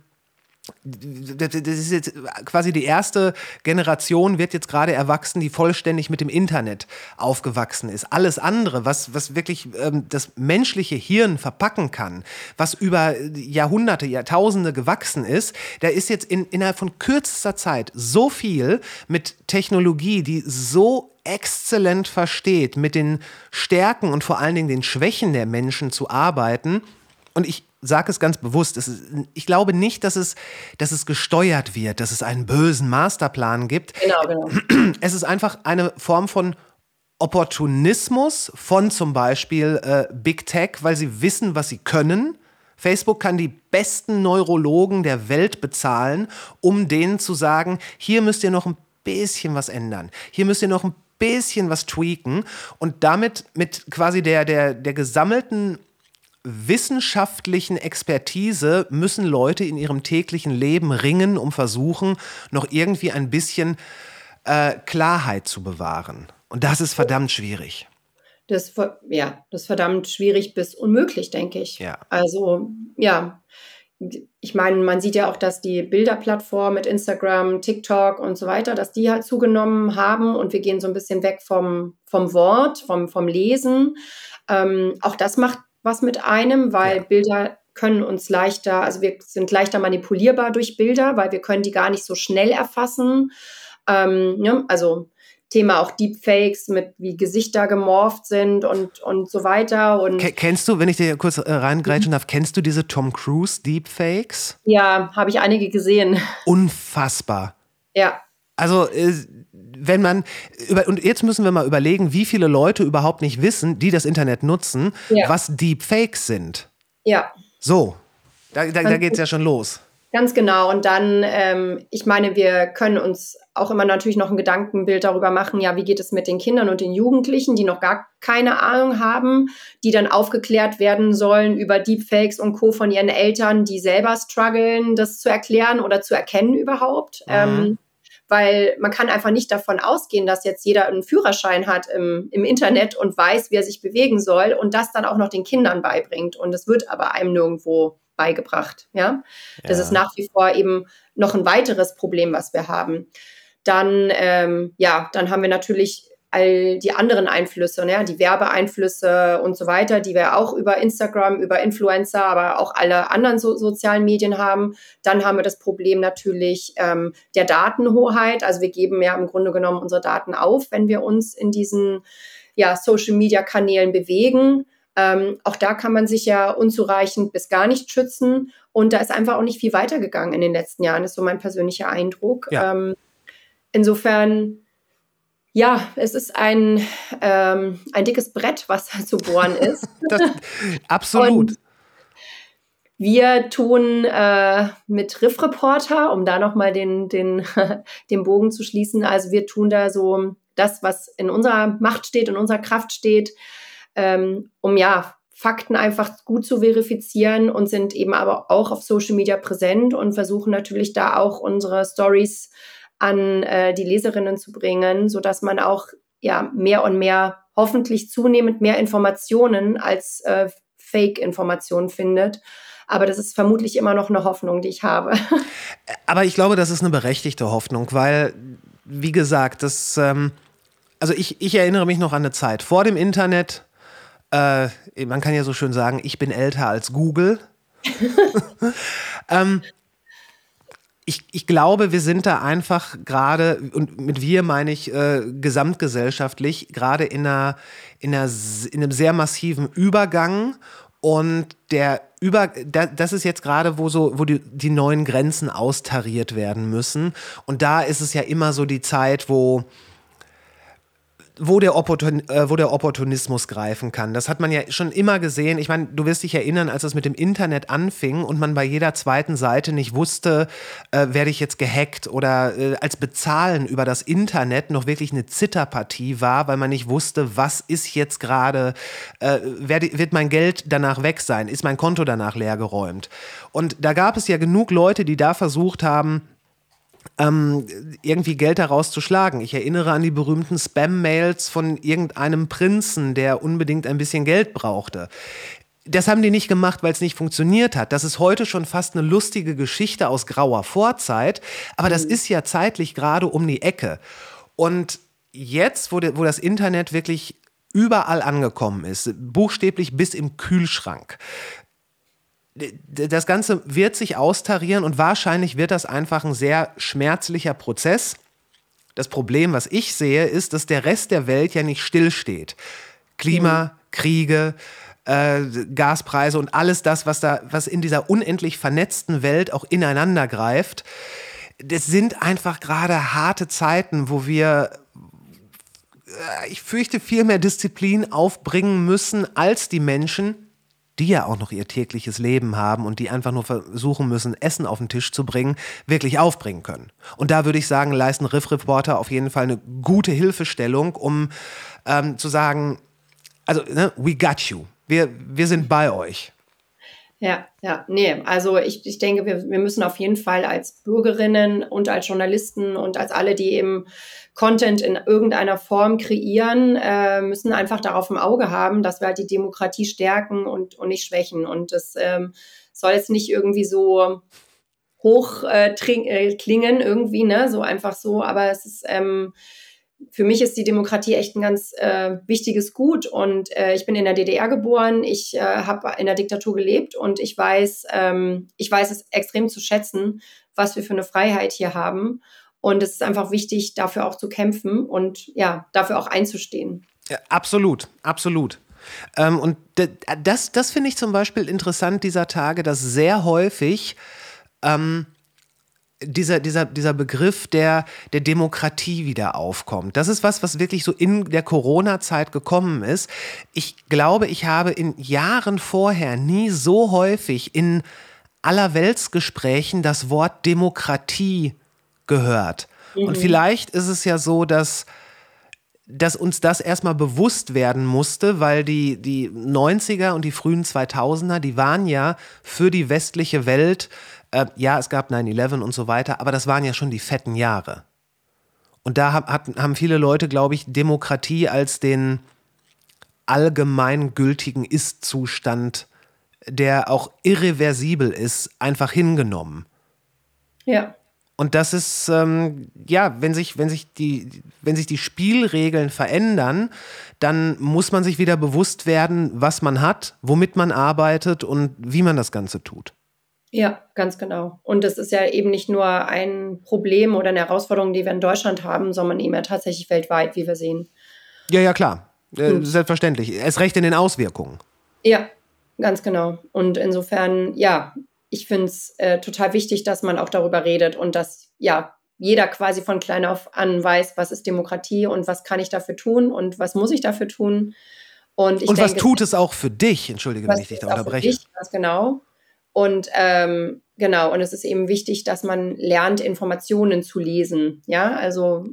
[SPEAKER 1] das ist jetzt quasi die erste Generation, wird jetzt gerade erwachsen, die vollständig mit dem Internet aufgewachsen ist. Alles andere, was, was wirklich ähm, das menschliche Hirn verpacken kann, was über Jahrhunderte, Jahrtausende gewachsen ist, da ist jetzt in, innerhalb von kürzester Zeit so viel mit Technologie, die so exzellent versteht, mit den Stärken und vor allen Dingen den Schwächen der Menschen zu arbeiten. Und ich sage es ganz bewusst, es ist, ich glaube nicht, dass es, dass es gesteuert wird, dass es einen bösen Masterplan gibt.
[SPEAKER 3] Genau, genau.
[SPEAKER 1] Es ist einfach eine Form von Opportunismus von zum Beispiel äh, Big Tech, weil sie wissen, was sie können. Facebook kann die besten Neurologen der Welt bezahlen, um denen zu sagen, hier müsst ihr noch ein bisschen was ändern. Hier müsst ihr noch ein bisschen was tweaken. Und damit mit quasi der, der, der gesammelten wissenschaftlichen Expertise müssen Leute in ihrem täglichen Leben ringen, um versuchen, noch irgendwie ein bisschen äh, Klarheit zu bewahren. Und das ist verdammt schwierig.
[SPEAKER 3] Das, ja, das ist verdammt schwierig bis unmöglich, denke ich.
[SPEAKER 1] Ja.
[SPEAKER 3] Also, ja, ich meine, man sieht ja auch, dass die Bilderplattform mit Instagram, TikTok und so weiter, dass die halt zugenommen haben und wir gehen so ein bisschen weg vom, vom Wort, vom, vom Lesen. Ähm, auch das macht was mit einem, weil ja. Bilder können uns leichter, also wir sind leichter manipulierbar durch Bilder, weil wir können die gar nicht so schnell erfassen. Ähm, ne? Also Thema auch Deepfakes, mit wie Gesichter gemorpht sind und, und so weiter. Und
[SPEAKER 1] K- kennst du, wenn ich dir kurz äh, reingrätschen darf, kennst du diese Tom Cruise Deepfakes?
[SPEAKER 3] Ja, habe ich einige gesehen.
[SPEAKER 1] Unfassbar.
[SPEAKER 3] Ja.
[SPEAKER 1] Also äh, wenn man, über, und jetzt müssen wir mal überlegen, wie viele Leute überhaupt nicht wissen, die das Internet nutzen, ja. was Deepfakes sind.
[SPEAKER 3] Ja.
[SPEAKER 1] So, da, da, da geht es ja schon los.
[SPEAKER 3] Ganz genau. Und dann, ähm, ich meine, wir können uns auch immer natürlich noch ein Gedankenbild darüber machen, ja, wie geht es mit den Kindern und den Jugendlichen, die noch gar keine Ahnung haben, die dann aufgeklärt werden sollen über Deepfakes und Co. von ihren Eltern, die selber strugglen, das zu erklären oder zu erkennen überhaupt. Mhm. Ähm, weil man kann einfach nicht davon ausgehen, dass jetzt jeder einen Führerschein hat im, im Internet und weiß, wie er sich bewegen soll und das dann auch noch den Kindern beibringt. Und es wird aber einem nirgendwo beigebracht. Ja? Das ja. ist nach wie vor eben noch ein weiteres Problem, was wir haben. Dann, ähm, ja, dann haben wir natürlich all die anderen Einflüsse, ne? Die Werbeeinflüsse und so weiter, die wir auch über Instagram, über Influencer, aber auch alle anderen so- sozialen Medien haben. Dann haben wir das Problem natürlich ähm, der Datenhoheit. Also wir geben ja im Grunde genommen unsere Daten auf, wenn wir uns in diesen ja, Social-Media-Kanälen bewegen. Ähm, auch da kann man sich ja unzureichend bis gar nicht schützen. Und da ist einfach auch nicht viel weitergegangen in den letzten Jahren, ist so mein persönlicher Eindruck.
[SPEAKER 1] Ja.
[SPEAKER 3] Ähm, insofern, ja, es ist ein, ähm, ein dickes Brett, was da zu bohren ist.
[SPEAKER 1] Das, absolut.
[SPEAKER 3] Und wir tun äh, mit Riff Reporter, um da nochmal den, den, den Bogen zu schließen, also wir tun da so das, was in unserer Macht steht, in unserer Kraft steht, ähm, um ja Fakten einfach gut zu verifizieren und sind eben aber auch auf Social Media präsent und versuchen natürlich da auch unsere Stories an äh, die Leserinnen zu bringen, sodass man auch ja mehr und mehr, hoffentlich zunehmend mehr Informationen als äh, Fake-Informationen findet. Aber das ist vermutlich immer noch eine Hoffnung, die ich habe.
[SPEAKER 1] Aber ich glaube, das ist eine berechtigte Hoffnung, weil, wie gesagt, das, ähm, also ich, ich erinnere mich noch an eine Zeit vor dem Internet. Äh, man kann ja so schön sagen, ich bin älter als Google. ähm, Ich, ich glaube, wir sind da einfach gerade, und mit wir meine ich äh, gesamtgesellschaftlich, gerade in, einer, in, einer, in einem sehr massiven Übergang. Und der Über, das ist jetzt gerade, wo so, wo die, die neuen Grenzen austariert werden müssen. Und da ist es ja immer so die Zeit, wo Wo der, Opportun, äh, wo der Opportunismus greifen kann. Das hat man ja schon immer gesehen. Ich meine, du wirst dich erinnern, als es mit dem Internet anfing und man bei jeder zweiten Seite nicht wusste, äh, werde ich jetzt gehackt, oder äh, als Bezahlen über das Internet noch wirklich eine Zitterpartie war, weil man nicht wusste, was ist jetzt gerade, äh, werd, wird mein Geld danach weg sein, ist mein Konto danach leergeräumt. Und da gab es ja genug Leute, die da versucht haben, Ähm, irgendwie Geld daraus zu schlagen. Ich erinnere an die berühmten Spam-Mails von irgendeinem Prinzen, der unbedingt ein bisschen Geld brauchte. Das haben die nicht gemacht, weil es nicht funktioniert hat. Das ist heute schon fast eine lustige Geschichte aus grauer Vorzeit, aber das ist ja zeitlich gerade um die Ecke. Und jetzt, wo, de, wo das Internet wirklich überall angekommen ist, buchstäblich bis im Kühlschrank, das Ganze wird sich austarieren und wahrscheinlich wird das einfach ein sehr schmerzlicher Prozess. Das Problem, was ich sehe, ist, dass der Rest der Welt ja nicht stillsteht. Klima, mhm. Kriege, äh, Gaspreise und alles das, was da, was in dieser unendlich vernetzten Welt auch ineinander greift. Das sind einfach gerade harte Zeiten, wo wir, äh, ich fürchte, viel mehr Disziplin aufbringen müssen als die Menschen, die ja auch noch ihr tägliches Leben haben und die einfach nur versuchen müssen, Essen auf den Tisch zu bringen, wirklich aufbringen können. Und da würde ich sagen, leisten Riff Reporter auf jeden Fall eine gute Hilfestellung, um ähm, zu sagen, also, ne, we got you. Wir, wir sind bei euch.
[SPEAKER 3] Ja, ja, nee, also ich, ich denke, wir, wir müssen auf jeden Fall als Bürgerinnen und als Journalisten und als alle, die eben Content in irgendeiner Form kreieren, äh, müssen einfach darauf im Auge haben, dass wir halt die Demokratie stärken und, und nicht schwächen. Und das ähm, soll jetzt nicht irgendwie so hoch äh, tring, äh, klingen irgendwie, ne, so einfach so, aber es ist, ähm, für mich ist die Demokratie echt ein ganz äh, wichtiges Gut, und äh, ich bin in der D D R geboren, ich äh, habe in der Diktatur gelebt und ich weiß, ähm, ich weiß es extrem zu schätzen, was wir für eine Freiheit hier haben, und es ist einfach wichtig, dafür auch zu kämpfen und ja, dafür auch einzustehen.
[SPEAKER 1] Ja, absolut, absolut. Ähm, und d- das, das finde ich zum Beispiel interessant dieser Tage, dass sehr häufig ähm, Dieser, dieser, dieser Begriff der, der Demokratie wieder aufkommt. Das ist was, was wirklich so in der Corona-Zeit gekommen ist. Ich glaube, ich habe in Jahren vorher nie so häufig in Allerweltsgesprächen das Wort Demokratie gehört. Mhm. Und vielleicht ist es ja so, dass dass uns das erstmal bewusst werden musste, weil die, die neunziger und die frühen zweitausender, die waren ja für die westliche Welt, äh, ja, es gab neun elf und so weiter, aber das waren ja schon die fetten Jahre. Und da hat, haben viele Leute, glaube ich, Demokratie als den allgemeingültigen Ist-Zustand, der auch irreversibel ist, einfach hingenommen.
[SPEAKER 3] Ja.
[SPEAKER 1] Und das ist, ähm, ja, wenn sich, wenn sich die, wenn sich die Spielregeln verändern, dann muss man sich wieder bewusst werden, was man hat, womit man arbeitet und wie man das Ganze tut.
[SPEAKER 3] Ja, ganz genau. Und das ist ja eben nicht nur ein Problem oder eine Herausforderung, die wir in Deutschland haben, sondern eben ja tatsächlich weltweit, wie wir sehen.
[SPEAKER 1] Ja, ja, klar. Äh, selbstverständlich. Erst recht in den Auswirkungen.
[SPEAKER 3] Ja, ganz genau. Und insofern, ja, ich finde es äh, total wichtig, dass man auch darüber redet und dass ja jeder quasi von klein auf an weiß, was ist Demokratie und was kann ich dafür tun und was muss ich dafür tun. Und, ich
[SPEAKER 1] und
[SPEAKER 3] denke,
[SPEAKER 1] was tut es auch für dich? Entschuldige, wenn ich dich da unterbreche.
[SPEAKER 3] Dich, ganz genau. Und ähm, genau, und es ist eben wichtig, dass man lernt, Informationen zu lesen. Ja, also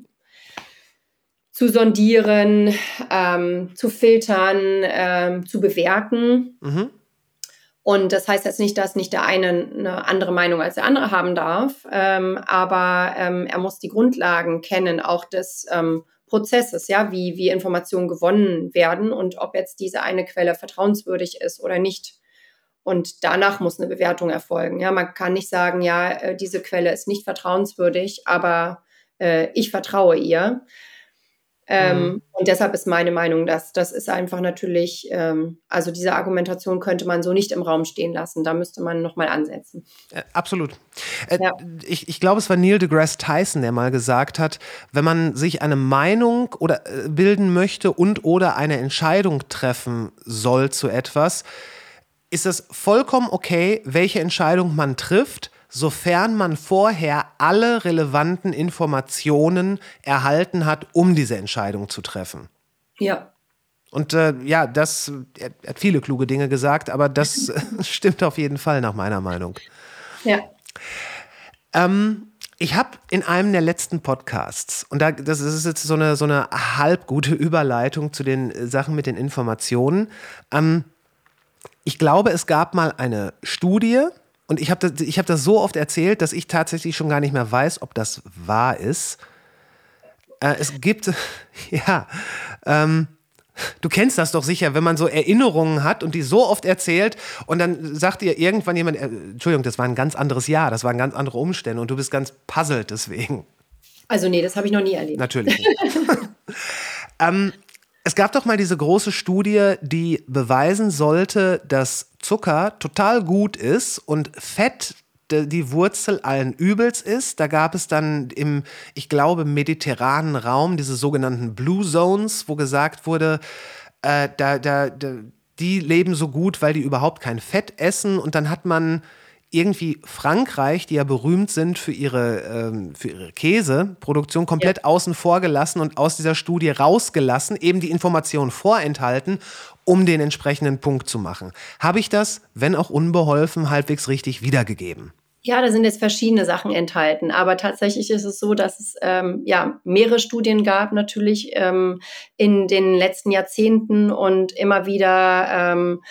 [SPEAKER 3] zu sondieren, ähm, zu filtern, ähm, zu bewerten. Mhm. Und das heißt jetzt nicht, dass nicht der eine eine andere Meinung als der andere haben darf, ähm, aber ähm, er muss die Grundlagen kennen, auch des ähm, Prozesses, ja, wie, wie Informationen gewonnen werden und ob jetzt diese eine Quelle vertrauenswürdig ist oder nicht. Und danach muss eine Bewertung erfolgen. Ja, man kann nicht sagen, ja, äh, diese Quelle ist nicht vertrauenswürdig, aber äh, ich vertraue ihr. Ähm,
[SPEAKER 1] Mhm.
[SPEAKER 3] Und deshalb ist meine Meinung, dass das ist einfach natürlich, ähm, also diese Argumentation könnte man so nicht im Raum stehen lassen. Da müsste man nochmal ansetzen.
[SPEAKER 1] Äh, absolut. Äh,
[SPEAKER 3] Ja.
[SPEAKER 1] ich, ich glaube, es war Neil deGrasse Tyson, der mal gesagt hat, wenn man sich eine Meinung oder äh, bilden möchte und oder eine Entscheidung treffen soll zu etwas, ist es vollkommen okay, welche Entscheidung man trifft, sofern man vorher alle relevanten Informationen erhalten hat, um diese Entscheidung zu treffen.
[SPEAKER 3] Ja.
[SPEAKER 1] Und äh, ja, das, er hat viele kluge Dinge gesagt, aber das stimmt auf jeden Fall nach meiner Meinung.
[SPEAKER 3] Ja.
[SPEAKER 1] Ähm, ich habe in einem der letzten Podcasts, und da, das ist jetzt so eine, so eine halb gute Überleitung zu den Sachen mit den Informationen, ähm, ich glaube, es gab mal eine Studie, und ich habe das, ich hab das so oft erzählt, dass ich tatsächlich schon gar nicht mehr weiß, ob das wahr ist. Äh, es gibt, ja, ähm, du kennst das doch sicher, wenn man so Erinnerungen hat und die so oft erzählt und dann sagt dir irgendwann jemand, äh, Entschuldigung, das war ein ganz anderes Jahr, das waren ganz andere Umstände und du bist ganz puzzelt deswegen.
[SPEAKER 3] Also nee, das habe ich noch nie erlebt.
[SPEAKER 1] Natürlich nicht. ähm, es gab doch mal diese große Studie, die beweisen sollte, dass Zucker total gut ist und Fett die Wurzel allen Übels ist. Da gab es dann im, ich glaube, mediterranen Raum diese sogenannten Blue Zones, wo gesagt wurde, äh, da, da, da, die leben so gut, weil die überhaupt kein Fett essen. Und dann hat man irgendwie Frankreich, die ja berühmt sind für ihre, ähm, für ihre Käseproduktion, komplett ja. außen vor gelassen und aus dieser Studie rausgelassen, eben die Informationen vorenthalten, um den entsprechenden Punkt zu machen. Habe ich das, wenn auch unbeholfen, halbwegs richtig wiedergegeben?
[SPEAKER 3] Ja, da sind jetzt verschiedene Sachen enthalten, aber tatsächlich ist es so, dass es ähm, ja mehrere Studien gab natürlich ähm, in den letzten Jahrzehnten und immer wieder ähm,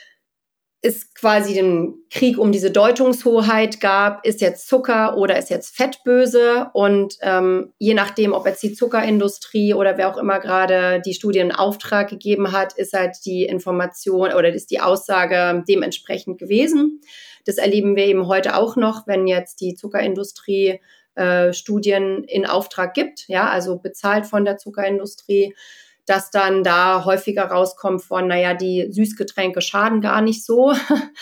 [SPEAKER 3] es quasi den Krieg um diese Deutungshoheit gab, ist jetzt Zucker oder ist jetzt Fett böse? Und ähm, je nachdem, ob jetzt die Zuckerindustrie oder wer auch immer gerade die Studie in Auftrag gegeben hat, ist halt die Information oder ist die Aussage dementsprechend gewesen. Das erleben wir eben heute auch noch, wenn jetzt die Zuckerindustrie äh, Studien in Auftrag gibt, ja, also bezahlt von der Zuckerindustrie, dass dann da häufiger rauskommt von, naja, die Süßgetränke schaden gar nicht so,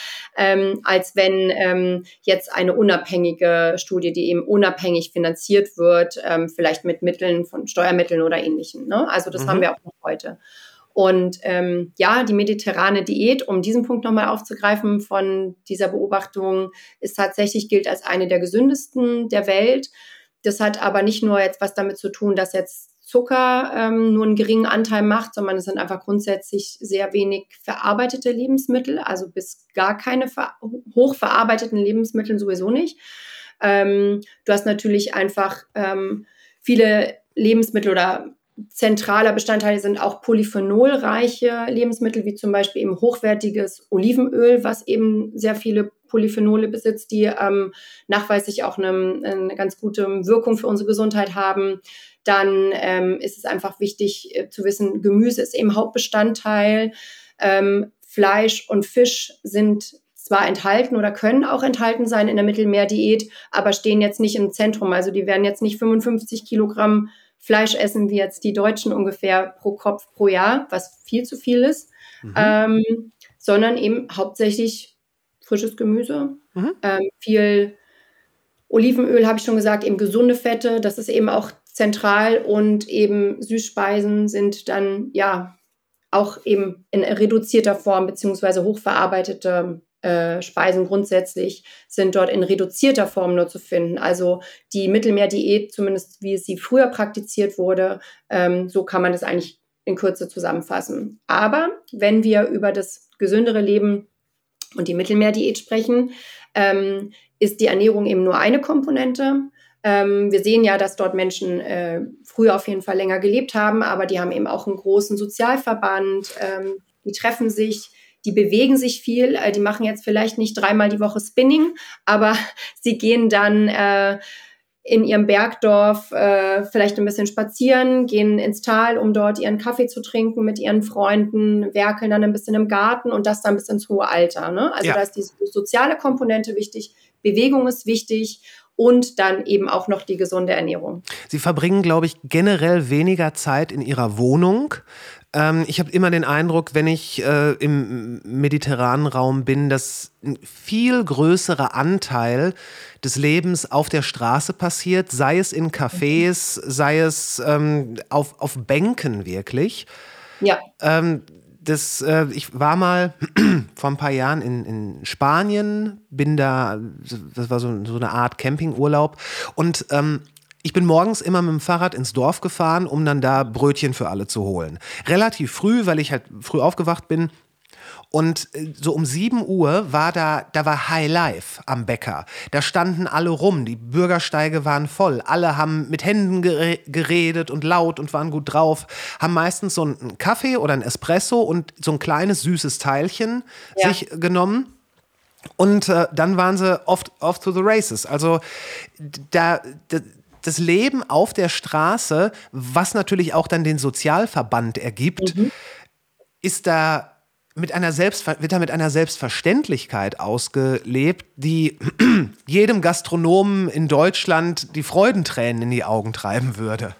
[SPEAKER 3] ähm, als wenn ähm, jetzt eine unabhängige Studie, die eben unabhängig finanziert wird, ähm, vielleicht mit Mitteln von Steuermitteln oder Ähnlichem. Ne? Also das mhm. haben wir auch noch heute. Und ähm, ja, die mediterrane Diät, um diesen Punkt nochmal aufzugreifen von dieser Beobachtung, ist tatsächlich, gilt als eine der gesündesten der Welt. Das hat aber nicht nur jetzt was damit zu tun, dass jetzt Zucker ähm, nur einen geringen Anteil macht, sondern es sind einfach grundsätzlich sehr wenig verarbeitete Lebensmittel, also bis gar keine ver- hochverarbeiteten Lebensmittel sowieso nicht. Ähm, du hast natürlich einfach ähm, viele Lebensmittel oder zentraler Bestandteil sind auch polyphenolreiche Lebensmittel, wie zum Beispiel eben hochwertiges Olivenöl, was eben sehr viele Polyphenole besitzt, die ähm, nachweislich auch eine, eine ganz gute Wirkung für unsere Gesundheit haben. Dann ähm, ist es einfach wichtig äh, zu wissen, Gemüse ist eben Hauptbestandteil. Ähm, Fleisch und Fisch sind zwar enthalten oder können auch enthalten sein in der Mittelmeerdiät, aber stehen jetzt nicht im Zentrum. Also die werden jetzt nicht fünfundfünfzig Kilogramm Fleisch essen, wie jetzt die Deutschen ungefähr pro Kopf pro Jahr, was viel zu viel ist, mhm. ähm, sondern eben hauptsächlich frisches Gemüse, mhm. ähm, viel Olivenöl, habe ich schon gesagt, eben gesunde Fette, das ist eben auch zentral und eben Süßspeisen sind dann ja auch eben in reduzierter Form beziehungsweise hochverarbeitete äh, Speisen grundsätzlich sind dort in reduzierter Form nur zu finden. Also die Mittelmeerdiät, zumindest wie es sie früher praktiziert wurde, ähm, so kann man das eigentlich in Kürze zusammenfassen. Aber wenn wir über das gesündere Leben und die Mittelmeerdiät sprechen, ähm, ist die Ernährung eben nur eine Komponente. Ähm, wir sehen ja, dass dort Menschen äh, früher auf jeden Fall länger gelebt haben, aber die haben eben auch einen großen Sozialverband, ähm, die treffen sich, die bewegen sich viel, äh, die machen jetzt vielleicht nicht dreimal die Woche Spinning, aber sie gehen dann äh, in ihrem Bergdorf äh, vielleicht ein bisschen spazieren, gehen ins Tal, um dort ihren Kaffee zu trinken mit ihren Freunden, werkeln dann ein bisschen im Garten und das dann bis ins hohe Alter. Ne? Also ja. Da ist die soziale Komponente wichtig, Bewegung ist wichtig und dann eben auch noch die gesunde Ernährung.
[SPEAKER 1] Sie verbringen, glaube ich, generell weniger Zeit in Ihrer Wohnung. Ähm, ich habe immer den Eindruck, wenn ich äh, im mediterranen Raum bin, dass ein viel größerer Anteil des Lebens auf der Straße passiert, sei es in Cafés, sei es ähm, auf, auf Bänken wirklich.
[SPEAKER 3] Ja.
[SPEAKER 1] Ähm, das, äh, ich war mal vor ein paar Jahren in, in Spanien, bin da, das war so, so eine Art Campingurlaub und ähm, ich bin morgens immer mit dem Fahrrad ins Dorf gefahren, um dann da Brötchen für alle zu holen. Relativ früh, weil ich halt früh aufgewacht bin. Und so um sieben Uhr war da, da war High Life am Bäcker. Da standen alle rum, die Bürgersteige waren voll. Alle haben mit Händen geredet und laut und waren gut drauf. Haben meistens so einen Kaffee oder einen Espresso und so ein kleines süßes Teilchen ja. sich genommen. Und äh, dann waren sie off, off to the races. Also da... da das Leben auf der Straße, was natürlich auch dann den Sozialverband ergibt, mhm. ist da mit einer Selbstver- wird da mit einer Selbstverständlichkeit ausgelebt, die jedem Gastronomen in Deutschland die Freudentränen in die Augen treiben würde.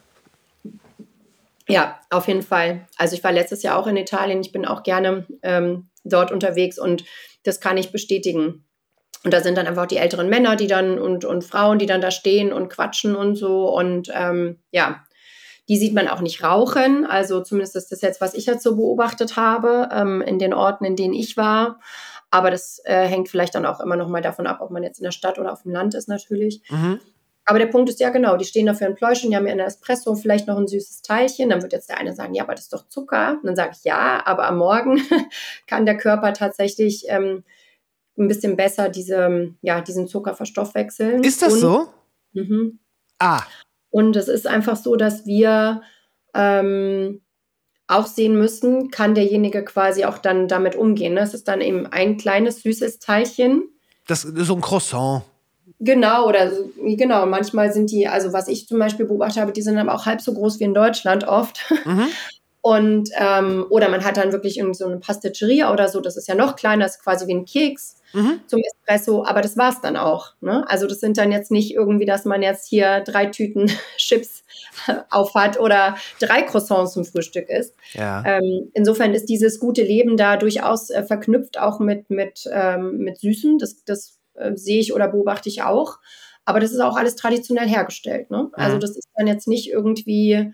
[SPEAKER 3] Ja, auf jeden Fall. Also ich war letztes Jahr auch in Italien, ich bin auch gerne ähm, dort unterwegs und das kann ich bestätigen. Und da sind dann einfach die älteren Männer, die dann und, und Frauen, die dann da stehen und quatschen und so. Und ähm, ja, die sieht man auch nicht rauchen. Also zumindest ist das jetzt, was ich jetzt so beobachtet habe, ähm, in den Orten, in denen ich war. Aber das äh, hängt vielleicht dann auch immer noch mal davon ab, ob man jetzt in der Stadt oder auf dem Land ist natürlich. Mhm. Aber der Punkt ist ja genau, die stehen da für ein Pläuschen, die haben ja einen Espresso, vielleicht noch ein süßes Teilchen. Dann wird jetzt der eine sagen, ja, aber das ist doch Zucker. Und dann sage ich, ja, aber am Morgen kann der Körper tatsächlich... Ähm, ein bisschen besser diese, ja, diesen Zucker verstoffwechseln.
[SPEAKER 1] Ist das
[SPEAKER 3] und,
[SPEAKER 1] so?
[SPEAKER 3] Mhm.
[SPEAKER 1] Ah.
[SPEAKER 3] Und es ist einfach so, dass wir ähm, auch sehen müssen, kann derjenige quasi auch dann damit umgehen. Das ist dann eben ein kleines, süßes Teilchen.
[SPEAKER 1] Das ist so ein Croissant.
[SPEAKER 3] Genau, oder genau, manchmal sind die, also was ich zum Beispiel beobachtet habe, die sind aber auch halb so groß wie in Deutschland oft. Mhm. Und, ähm, oder man hat dann wirklich irgendwie so eine Pasticceria oder so, das ist ja noch kleiner, das ist quasi wie ein Keks mhm. zum Espresso, aber das war's dann auch. Ne? Also das sind dann jetzt nicht irgendwie, dass man jetzt hier drei Tüten Chips aufhat oder drei Croissants zum Frühstück isst.
[SPEAKER 1] Ja.
[SPEAKER 3] Ähm, insofern ist dieses gute Leben da durchaus äh, verknüpft auch mit, mit, ähm, mit Süßen, das, das äh, sehe ich oder beobachte ich auch, aber das ist auch alles traditionell hergestellt. Ne? Mhm. Also das ist dann jetzt nicht irgendwie...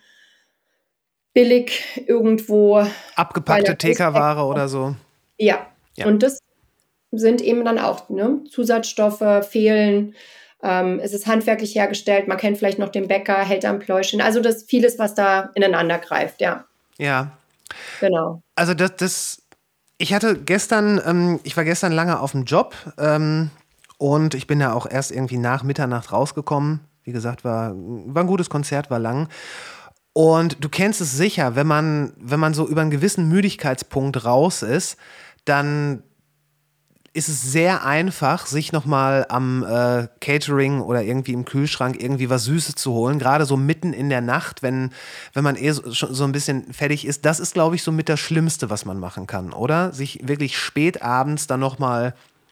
[SPEAKER 3] billig irgendwo.
[SPEAKER 1] Abgepackte T K-Ware oder so.
[SPEAKER 3] Ja. ja, und das sind eben dann auch ne, Zusatzstoffe, fehlen. Ähm, es ist handwerklich hergestellt. Man kennt vielleicht noch den Bäcker, hält am Pläuschen. Also das ist vieles, was da ineinander greift, ja.
[SPEAKER 1] Ja.
[SPEAKER 3] Genau.
[SPEAKER 1] Also das, das ich hatte gestern, ähm, ich war gestern lange auf dem Job ähm, und ich bin ja auch erst irgendwie nach Mitternacht rausgekommen. Wie gesagt, war, war ein gutes Konzert, war lang. Und du kennst es sicher, wenn man, wenn man so über einen gewissen Müdigkeitspunkt raus ist, dann ist es sehr einfach, sich nochmal am äh, Catering oder irgendwie im Kühlschrank irgendwie was Süßes zu holen. Gerade so mitten in der Nacht, wenn, wenn man eh so, schon so ein bisschen fertig ist. Das ist, glaube ich, so mit das Schlimmste, was man machen kann, oder? Sich wirklich spät abends dann nochmal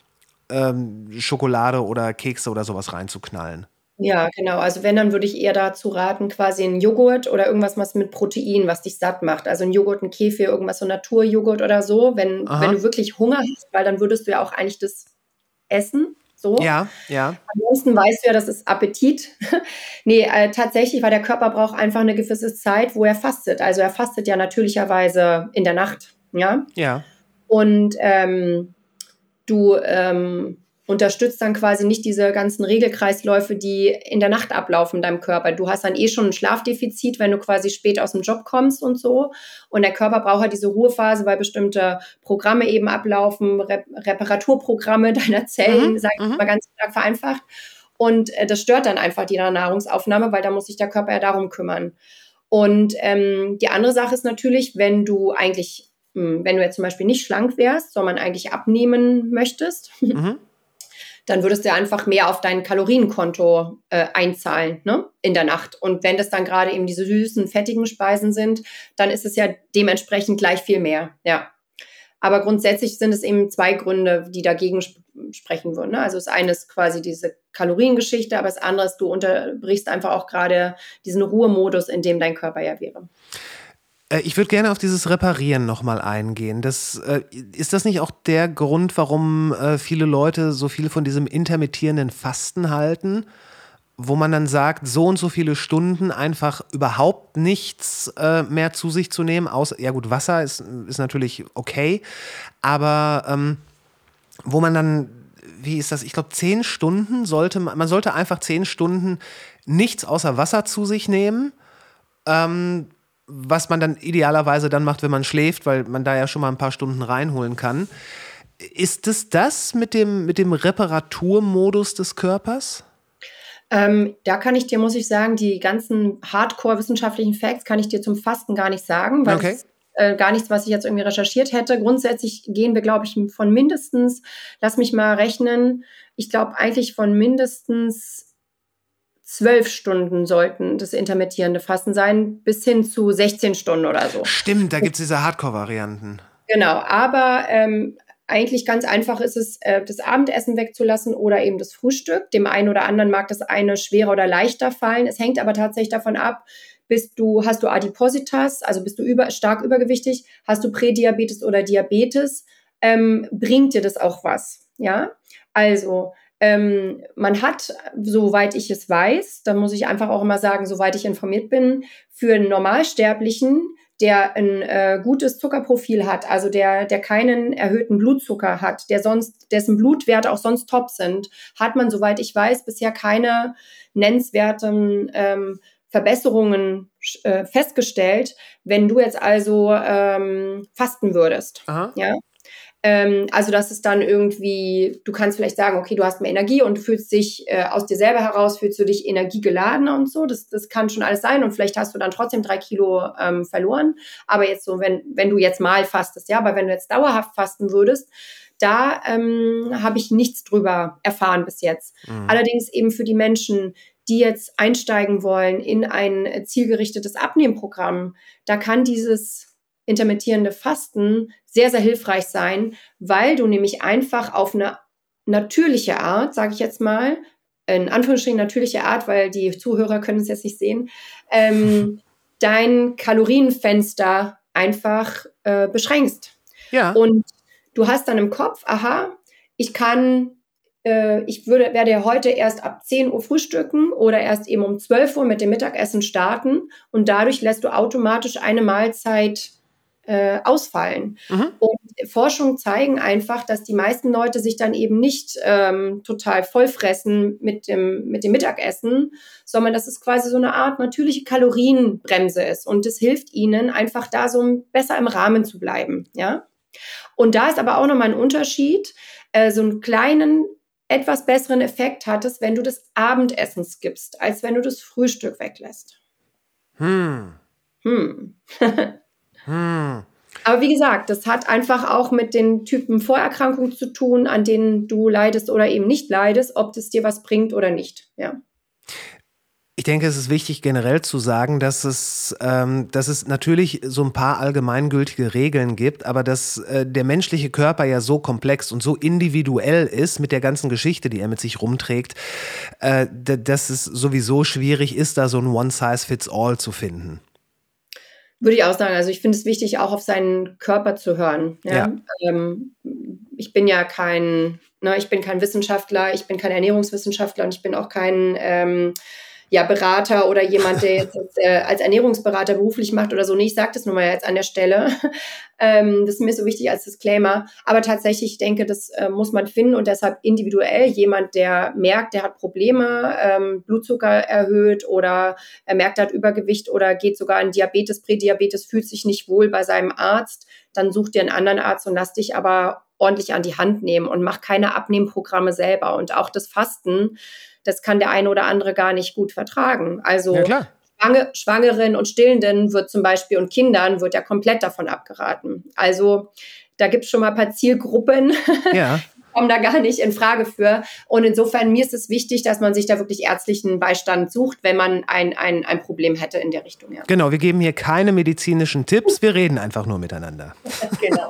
[SPEAKER 1] ähm, Schokolade oder Kekse oder sowas reinzuknallen.
[SPEAKER 3] Ja, genau. Also wenn, dann würde ich eher dazu raten, quasi einen Joghurt oder irgendwas was mit Protein, was dich satt macht. Also ein Joghurt, ein Kefir, irgendwas so Naturjoghurt oder so, wenn, wenn du wirklich Hunger hast, weil dann würdest du ja auch eigentlich das essen. So.
[SPEAKER 1] Ja, ja.
[SPEAKER 3] Ansonsten weißt du ja, das ist Appetit. nee, äh, tatsächlich, weil der Körper braucht einfach eine gewisse Zeit, wo er fastet. Also er fastet ja natürlicherweise in der Nacht. Ja.
[SPEAKER 1] Ja.
[SPEAKER 3] Und ähm, du ähm, unterstützt dann quasi nicht diese ganzen Regelkreisläufe, die in der Nacht ablaufen in deinem Körper. Du hast dann eh schon ein Schlafdefizit, wenn du quasi spät aus dem Job kommst und so. Und der Körper braucht halt diese Ruhephase, weil bestimmte Programme eben ablaufen, Re- Reparaturprogramme deiner Zellen, mhm. sage ich mhm. mal ganz stark vereinfacht. Und äh, das stört dann einfach die Nahrungsaufnahme, weil da muss sich der Körper ja darum kümmern. Und ähm, die andere Sache ist natürlich, wenn du eigentlich, mh, wenn du jetzt zum Beispiel nicht schlank wärst, sondern eigentlich abnehmen möchtest, mhm. dann würdest du einfach mehr auf dein Kalorienkonto äh, einzahlen, ne, in der Nacht. Und wenn das dann gerade eben diese süßen, fettigen Speisen sind, dann ist es ja dementsprechend gleich viel mehr, ja. Aber grundsätzlich sind es eben zwei Gründe, die dagegen sp- sprechen würden. Ne? Also das eine ist quasi diese Kaloriengeschichte, aber das andere ist, du unterbrichst einfach auch gerade diesen Ruhemodus, in dem dein Körper ja wäre.
[SPEAKER 1] Ich würde gerne auf dieses Reparieren nochmal eingehen. Das, äh, ist das nicht auch der Grund, warum äh, viele Leute so viel von diesem intermittierenden Fasten halten, wo man dann sagt, so und so viele Stunden einfach überhaupt nichts äh, mehr zu sich zu nehmen, außer, ja gut, Wasser ist, ist natürlich okay, aber ähm, wo man dann, wie ist das, ich glaube zehn Stunden sollte man, man sollte einfach zehn Stunden nichts außer Wasser zu sich nehmen, ähm, was man dann idealerweise dann macht, wenn man schläft, weil man da ja schon mal ein paar Stunden reinholen kann. Ist es das mit dem, mit dem Reparaturmodus des Körpers?
[SPEAKER 3] Ähm, da kann ich dir, muss ich sagen, die ganzen Hardcore-wissenschaftlichen Facts kann ich dir zum Fasten gar nicht sagen, weil
[SPEAKER 1] Okay.
[SPEAKER 3] das ist äh, gar nichts, was ich jetzt irgendwie recherchiert hätte. Grundsätzlich gehen wir, glaube ich, von mindestens, lass mich mal rechnen, ich glaube eigentlich von mindestens zwölf Stunden sollten das intermittierende Fasten sein, bis hin zu sechzehn Stunden oder so.
[SPEAKER 1] Stimmt, da gibt es diese Hardcore-Varianten.
[SPEAKER 3] Genau, aber ähm, eigentlich ganz einfach ist es, äh, das Abendessen wegzulassen oder eben das Frühstück. Dem einen oder anderen mag das eine schwerer oder leichter fallen. Es hängt aber tatsächlich davon ab, bist du, hast du Adipositas, also bist du über, stark übergewichtig, hast du Prädiabetes oder Diabetes, ähm, bringt dir das auch was, ja? Also, ähm, man hat, soweit ich es weiß, da muss ich einfach auch immer sagen, soweit ich informiert bin, für einen Normalsterblichen, der ein äh, gutes Zuckerprofil hat, also der, der keinen erhöhten Blutzucker hat, der sonst, dessen Blutwerte auch sonst top sind, hat man, soweit ich weiß, bisher keine nennenswerten ähm, Verbesserungen äh, festgestellt, wenn du jetzt also ähm, fasten würdest.
[SPEAKER 1] Aha.
[SPEAKER 3] Ja? Ähm, also das ist dann irgendwie, du kannst vielleicht sagen, okay, du hast mehr Energie und du fühlst dich äh, aus dir selber heraus, fühlst du dich energiegeladener und so. Das, das kann schon alles sein und vielleicht hast du dann trotzdem drei Kilo ähm, verloren. Aber jetzt so, wenn, wenn du jetzt mal fastest, ja, aber wenn du jetzt dauerhaft fasten würdest, da ähm, habe ich nichts drüber erfahren bis jetzt.
[SPEAKER 1] Mhm.
[SPEAKER 3] Allerdings eben für die Menschen, die jetzt einsteigen wollen in ein zielgerichtetes Abnehmprogramm, da kann dieses intermittierende Fasten sehr, sehr hilfreich sein, weil du nämlich einfach auf eine natürliche Art, sage ich jetzt mal, in Anführungsstrichen natürliche Art, weil die Zuhörer können es jetzt nicht sehen, ähm, dein Kalorienfenster einfach äh, beschränkst.
[SPEAKER 1] Ja.
[SPEAKER 3] Und du hast dann im Kopf, aha, ich kann, äh, ich würde, werde ja heute erst ab zehn Uhr frühstücken oder erst eben um zwölf Uhr mit dem Mittagessen starten und dadurch lässt du automatisch eine Mahlzeit äh, ausfallen.
[SPEAKER 1] Mhm.
[SPEAKER 3] Und Forschungen zeigen einfach, dass die meisten Leute sich dann eben nicht ähm, total vollfressen mit dem, mit dem Mittagessen, sondern dass es quasi so eine Art natürliche Kalorienbremse ist. Und es hilft ihnen einfach da so besser im Rahmen zu bleiben. Ja? Und da ist aber auch nochmal ein Unterschied, äh, so einen kleinen, etwas besseren Effekt hat es, wenn du das Abendessen skippst, als wenn du das Frühstück weglässt.
[SPEAKER 1] Hm.
[SPEAKER 3] Hm.
[SPEAKER 1] Hm.
[SPEAKER 3] Aber wie gesagt, das hat einfach auch mit den Typen Vorerkrankungen zu tun, an denen du leidest oder eben nicht leidest, ob das dir was bringt oder nicht. Ja.
[SPEAKER 1] Ich denke, es ist wichtig, generell zu sagen, dass es, ähm, dass es natürlich so ein paar allgemeingültige Regeln gibt, aber dass äh, der menschliche Körper ja so komplex und so individuell ist mit der ganzen Geschichte, die er mit sich rumträgt, äh, d- dass es sowieso schwierig ist, da so ein One-Size-Fits-All zu finden.
[SPEAKER 3] Würde ich auch sagen. Also ich finde es wichtig, auch auf seinen Körper zu hören. Ja?
[SPEAKER 1] Ja.
[SPEAKER 3] Ähm, ich bin ja kein, ne, ich bin kein Wissenschaftler, ich bin kein Ernährungswissenschaftler und ich bin auch kein ähm, ja, Berater oder jemand, der jetzt äh, als Ernährungsberater beruflich macht oder so. Nee, ich sage das nur mal jetzt an der Stelle. ähm, das ist mir so wichtig als Disclaimer. Aber tatsächlich, ich denke, das äh, muss man finden und deshalb individuell jemand, der merkt, der hat Probleme, ähm, Blutzucker erhöht oder er merkt, er hat Übergewicht oder geht sogar in Diabetes, Prädiabetes, fühlt sich nicht wohl bei seinem Arzt, dann such dir einen anderen Arzt und lass dich aber ordentlich an die Hand nehmen und mach keine Abnehmprogramme selber. Und auch das Fasten, das kann der eine oder andere gar nicht gut vertragen. Also
[SPEAKER 1] Ja, klar.
[SPEAKER 3] Schwange, Schwangeren und Stillenden wird zum Beispiel und Kindern wird ja komplett davon abgeraten. Also da gibt es schon mal ein paar Zielgruppen,
[SPEAKER 1] Ja.
[SPEAKER 3] die kommen da gar nicht in Frage für. Und insofern, mir ist es wichtig, dass man sich da wirklich ärztlichen Beistand sucht, wenn man ein, ein, ein Problem hätte in der Richtung. Ja.
[SPEAKER 1] Genau, wir geben hier keine medizinischen Tipps, wir reden einfach nur miteinander.
[SPEAKER 3] Genau.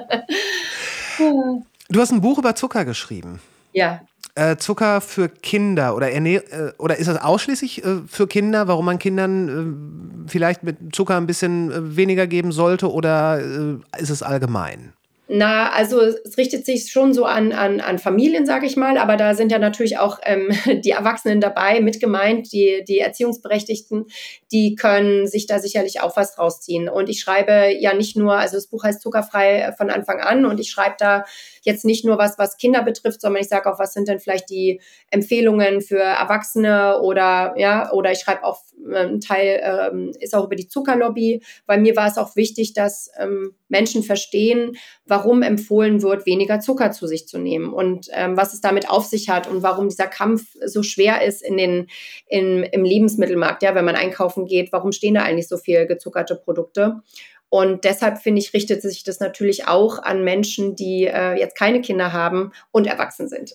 [SPEAKER 1] Du hast ein Buch über Zucker geschrieben.
[SPEAKER 3] Ja.
[SPEAKER 1] Äh, Zucker für Kinder oder, Ernähr- äh, oder ist das ausschließlich äh, für Kinder, warum man Kindern äh, vielleicht mit Zucker ein bisschen äh, weniger geben sollte oder äh, ist es allgemein?
[SPEAKER 3] Na, also es richtet sich schon so an, an, an Familien, sage ich mal, aber da sind ja natürlich auch ähm, die Erwachsenen dabei, mit gemeint, die, die Erziehungsberechtigten, die können sich da sicherlich auch was rausziehen. Und ich schreibe ja nicht nur, also das Buch heißt Zuckerfrei von Anfang an und ich schreibe da jetzt nicht nur was, was Kinder betrifft, sondern ich sage auch, was sind denn vielleicht die Empfehlungen für Erwachsene oder ja, oder ich schreibe auch, ein Teil ähm, ist auch über die Zuckerlobby, weil mir war es auch wichtig, dass ähm, Menschen verstehen, warum empfohlen wird, weniger Zucker zu sich zu nehmen und ähm, was es damit auf sich hat und warum dieser Kampf so schwer ist in den, in, im Lebensmittelmarkt, ja, wenn man einkaufen geht, warum stehen da eigentlich so viel gezuckerte Produkte? Und deshalb, finde ich, richtet sich das natürlich auch an Menschen, die äh, jetzt keine Kinder haben und erwachsen sind.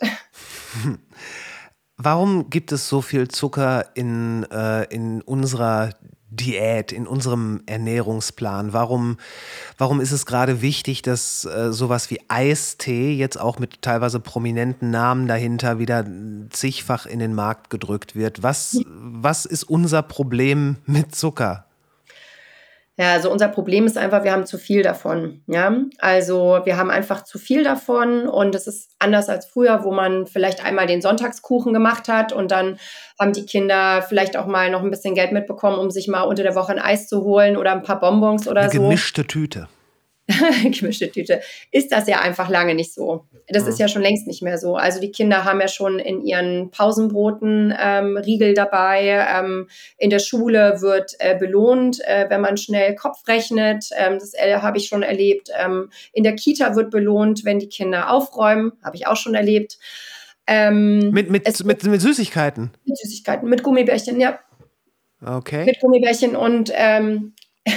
[SPEAKER 1] Warum gibt es so viel Zucker in, äh, in unserer Diät, in unserem Ernährungsplan? Warum, warum ist es gerade wichtig, dass äh, sowas wie Eistee jetzt auch mit teilweise prominenten Namen dahinter wieder zigfach in den Markt gedrückt wird? Was, was ist unser Problem mit Zucker?
[SPEAKER 3] Ja, also unser Problem ist einfach, wir haben zu viel davon. Ja, also wir haben einfach zu viel davon und es ist anders als früher, wo man vielleicht einmal den Sonntagskuchen gemacht hat und dann haben die Kinder vielleicht auch mal noch ein bisschen Geld mitbekommen, um sich mal unter der Woche ein Eis zu holen oder ein paar Bonbons oder
[SPEAKER 1] Eine
[SPEAKER 3] so.
[SPEAKER 1] gemischte Tüte.
[SPEAKER 3] Gemischte Tüte, ist das ja einfach lange nicht so. Das ist ja schon längst nicht mehr so. Also die Kinder haben ja schon in ihren Pausenbroten ähm, Riegel dabei. Ähm, in der Schule wird äh, belohnt, äh, wenn man schnell Kopf rechnet. Ähm, das äh, habe ich schon erlebt. Ähm, in der Kita wird belohnt, wenn die Kinder aufräumen. Habe ich auch schon erlebt. Ähm,
[SPEAKER 1] mit, mit, mit, mit Süßigkeiten?
[SPEAKER 3] Mit Süßigkeiten, mit Gummibärchen, ja.
[SPEAKER 1] Okay.
[SPEAKER 3] Mit Gummibärchen und ähm,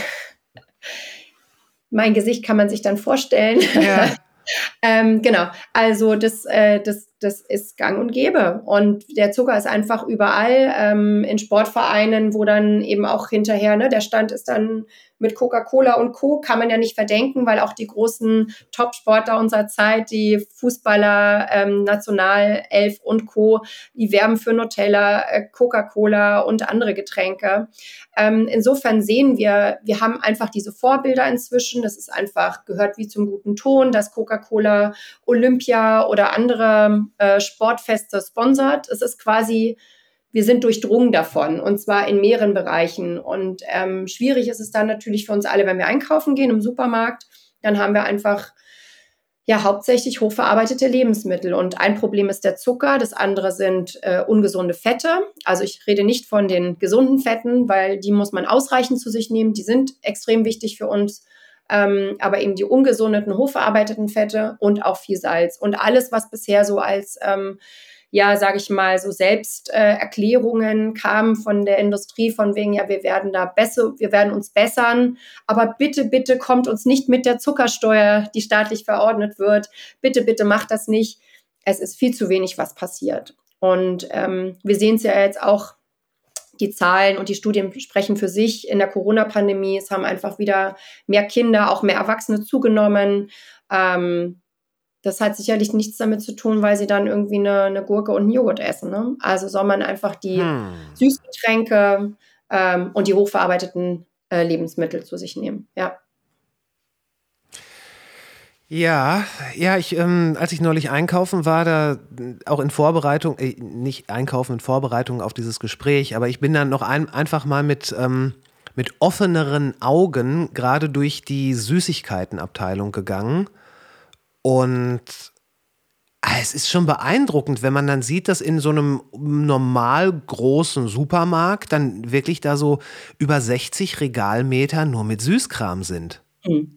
[SPEAKER 3] mein Gesicht kann man sich dann vorstellen.
[SPEAKER 1] Ja.
[SPEAKER 3] ähm, genau, also das, äh, das, das ist gang und gäbe. Und der Zucker ist einfach überall ähm, in Sportvereinen, wo dann eben auch hinterher, ne, der Stand ist dann mit Coca-Cola und Co. kann man ja nicht verdenken, weil auch die großen Top-Sportler unserer Zeit, die Fußballer, ähm, Nationalelf und Co., die werben für Nutella, äh, Coca-Cola und andere Getränke. Ähm, insofern sehen wir, wir haben einfach diese Vorbilder inzwischen. Das ist einfach, gehört wie zum guten Ton, dass Coca-Cola Olympia oder andere äh, Sportfeste sponsert. Es ist quasi, wir sind durchdrungen davon und zwar in mehreren Bereichen. Und ähm, schwierig ist es dann natürlich für uns alle, wenn wir einkaufen gehen im Supermarkt, dann haben wir einfach ja hauptsächlich hochverarbeitete Lebensmittel. Und ein Problem ist der Zucker, das andere sind äh, ungesunde Fette. Also ich rede nicht von den gesunden Fetten, weil die muss man ausreichend zu sich nehmen. Die sind extrem wichtig für uns. Ähm, aber eben die ungesunden, hochverarbeiteten Fette und auch viel Salz. Und alles, was bisher so als ähm, ja, sage ich mal, so Selbsterklärungen äh, kamen von der Industrie, von wegen, ja, wir werden da besser, wir werden uns bessern, aber bitte, bitte kommt uns nicht mit der Zuckersteuer, die staatlich verordnet wird. Bitte, bitte macht das nicht. Es ist viel zu wenig, was passiert. Und ähm, wir sehen es ja jetzt auch, die Zahlen und die Studien sprechen für sich. In der Corona-Pandemie, es haben einfach wieder mehr Kinder, auch mehr Erwachsene zugenommen. Ähm, Das hat sicherlich nichts damit zu tun, weil sie dann irgendwie eine, eine Gurke und einen Joghurt essen. Ne? Also soll man einfach die hm. Süßgetränke ähm, und die hochverarbeiteten äh, Lebensmittel zu sich nehmen. Ja.
[SPEAKER 1] Ja, ja, ich, ähm, als ich neulich einkaufen war, da auch in Vorbereitung, äh, nicht einkaufen, in Vorbereitung auf dieses Gespräch, aber ich bin dann noch ein, einfach mal mit, ähm, mit offeneren Augen gerade durch die Süßigkeitenabteilung gegangen. Und es ist schon beeindruckend, wenn man dann sieht, dass in so einem normal großen Supermarkt dann wirklich da so über sechzig Regalmeter nur mit Süßkram sind. Mhm.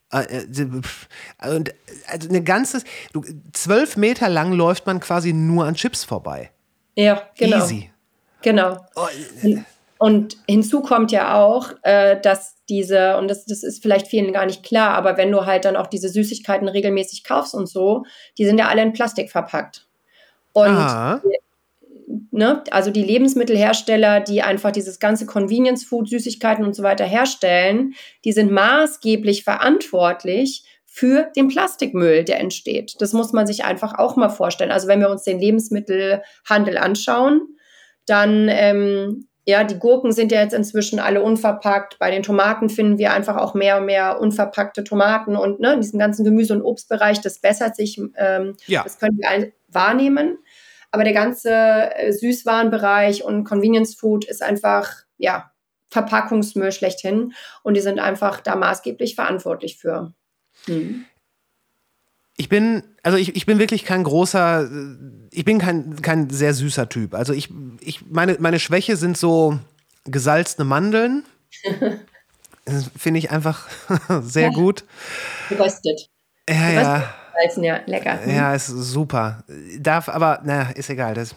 [SPEAKER 1] Und also eine ganze, zwölf Meter lang läuft man quasi nur an Chips vorbei.
[SPEAKER 3] Ja, genau.
[SPEAKER 1] Easy.
[SPEAKER 3] Genau. Und, und hinzu kommt ja auch, äh, dass diese, und das, das ist vielleicht vielen gar nicht klar, aber wenn du halt dann auch diese Süßigkeiten regelmäßig kaufst und so, die sind ja alle in Plastik verpackt. Und ne, also die Lebensmittelhersteller, die einfach dieses ganze Convenience-Food, Süßigkeiten und so weiter herstellen, die sind maßgeblich verantwortlich für den Plastikmüll, der entsteht. Das muss man sich einfach auch mal vorstellen. Also wenn wir uns den Lebensmittelhandel anschauen, dann, ähm, ja, die Gurken sind ja jetzt inzwischen alle unverpackt. Bei den Tomaten finden wir einfach auch mehr und mehr unverpackte Tomaten und ne, in diesem ganzen Gemüse- und Obstbereich, das bessert sich, ähm,
[SPEAKER 1] Ja.
[SPEAKER 3] das können wir alle wahrnehmen. Aber der ganze äh, Süßwarenbereich und Convenience Food ist einfach, ja, Verpackungsmüll schlechthin und die sind einfach da maßgeblich verantwortlich für. Hm.
[SPEAKER 1] Ich bin, also ich, ich bin wirklich kein großer, ich bin kein, kein sehr süßer Typ. Also ich, ich meine, meine Schwäche sind so gesalzene Mandeln. Das finde ich einfach sehr gut.
[SPEAKER 3] Geröstet.
[SPEAKER 1] Ja, ja.
[SPEAKER 3] Salzen, ja, lecker. Hm.
[SPEAKER 1] Ja, ist super. Darf aber, naja, ist egal. Das.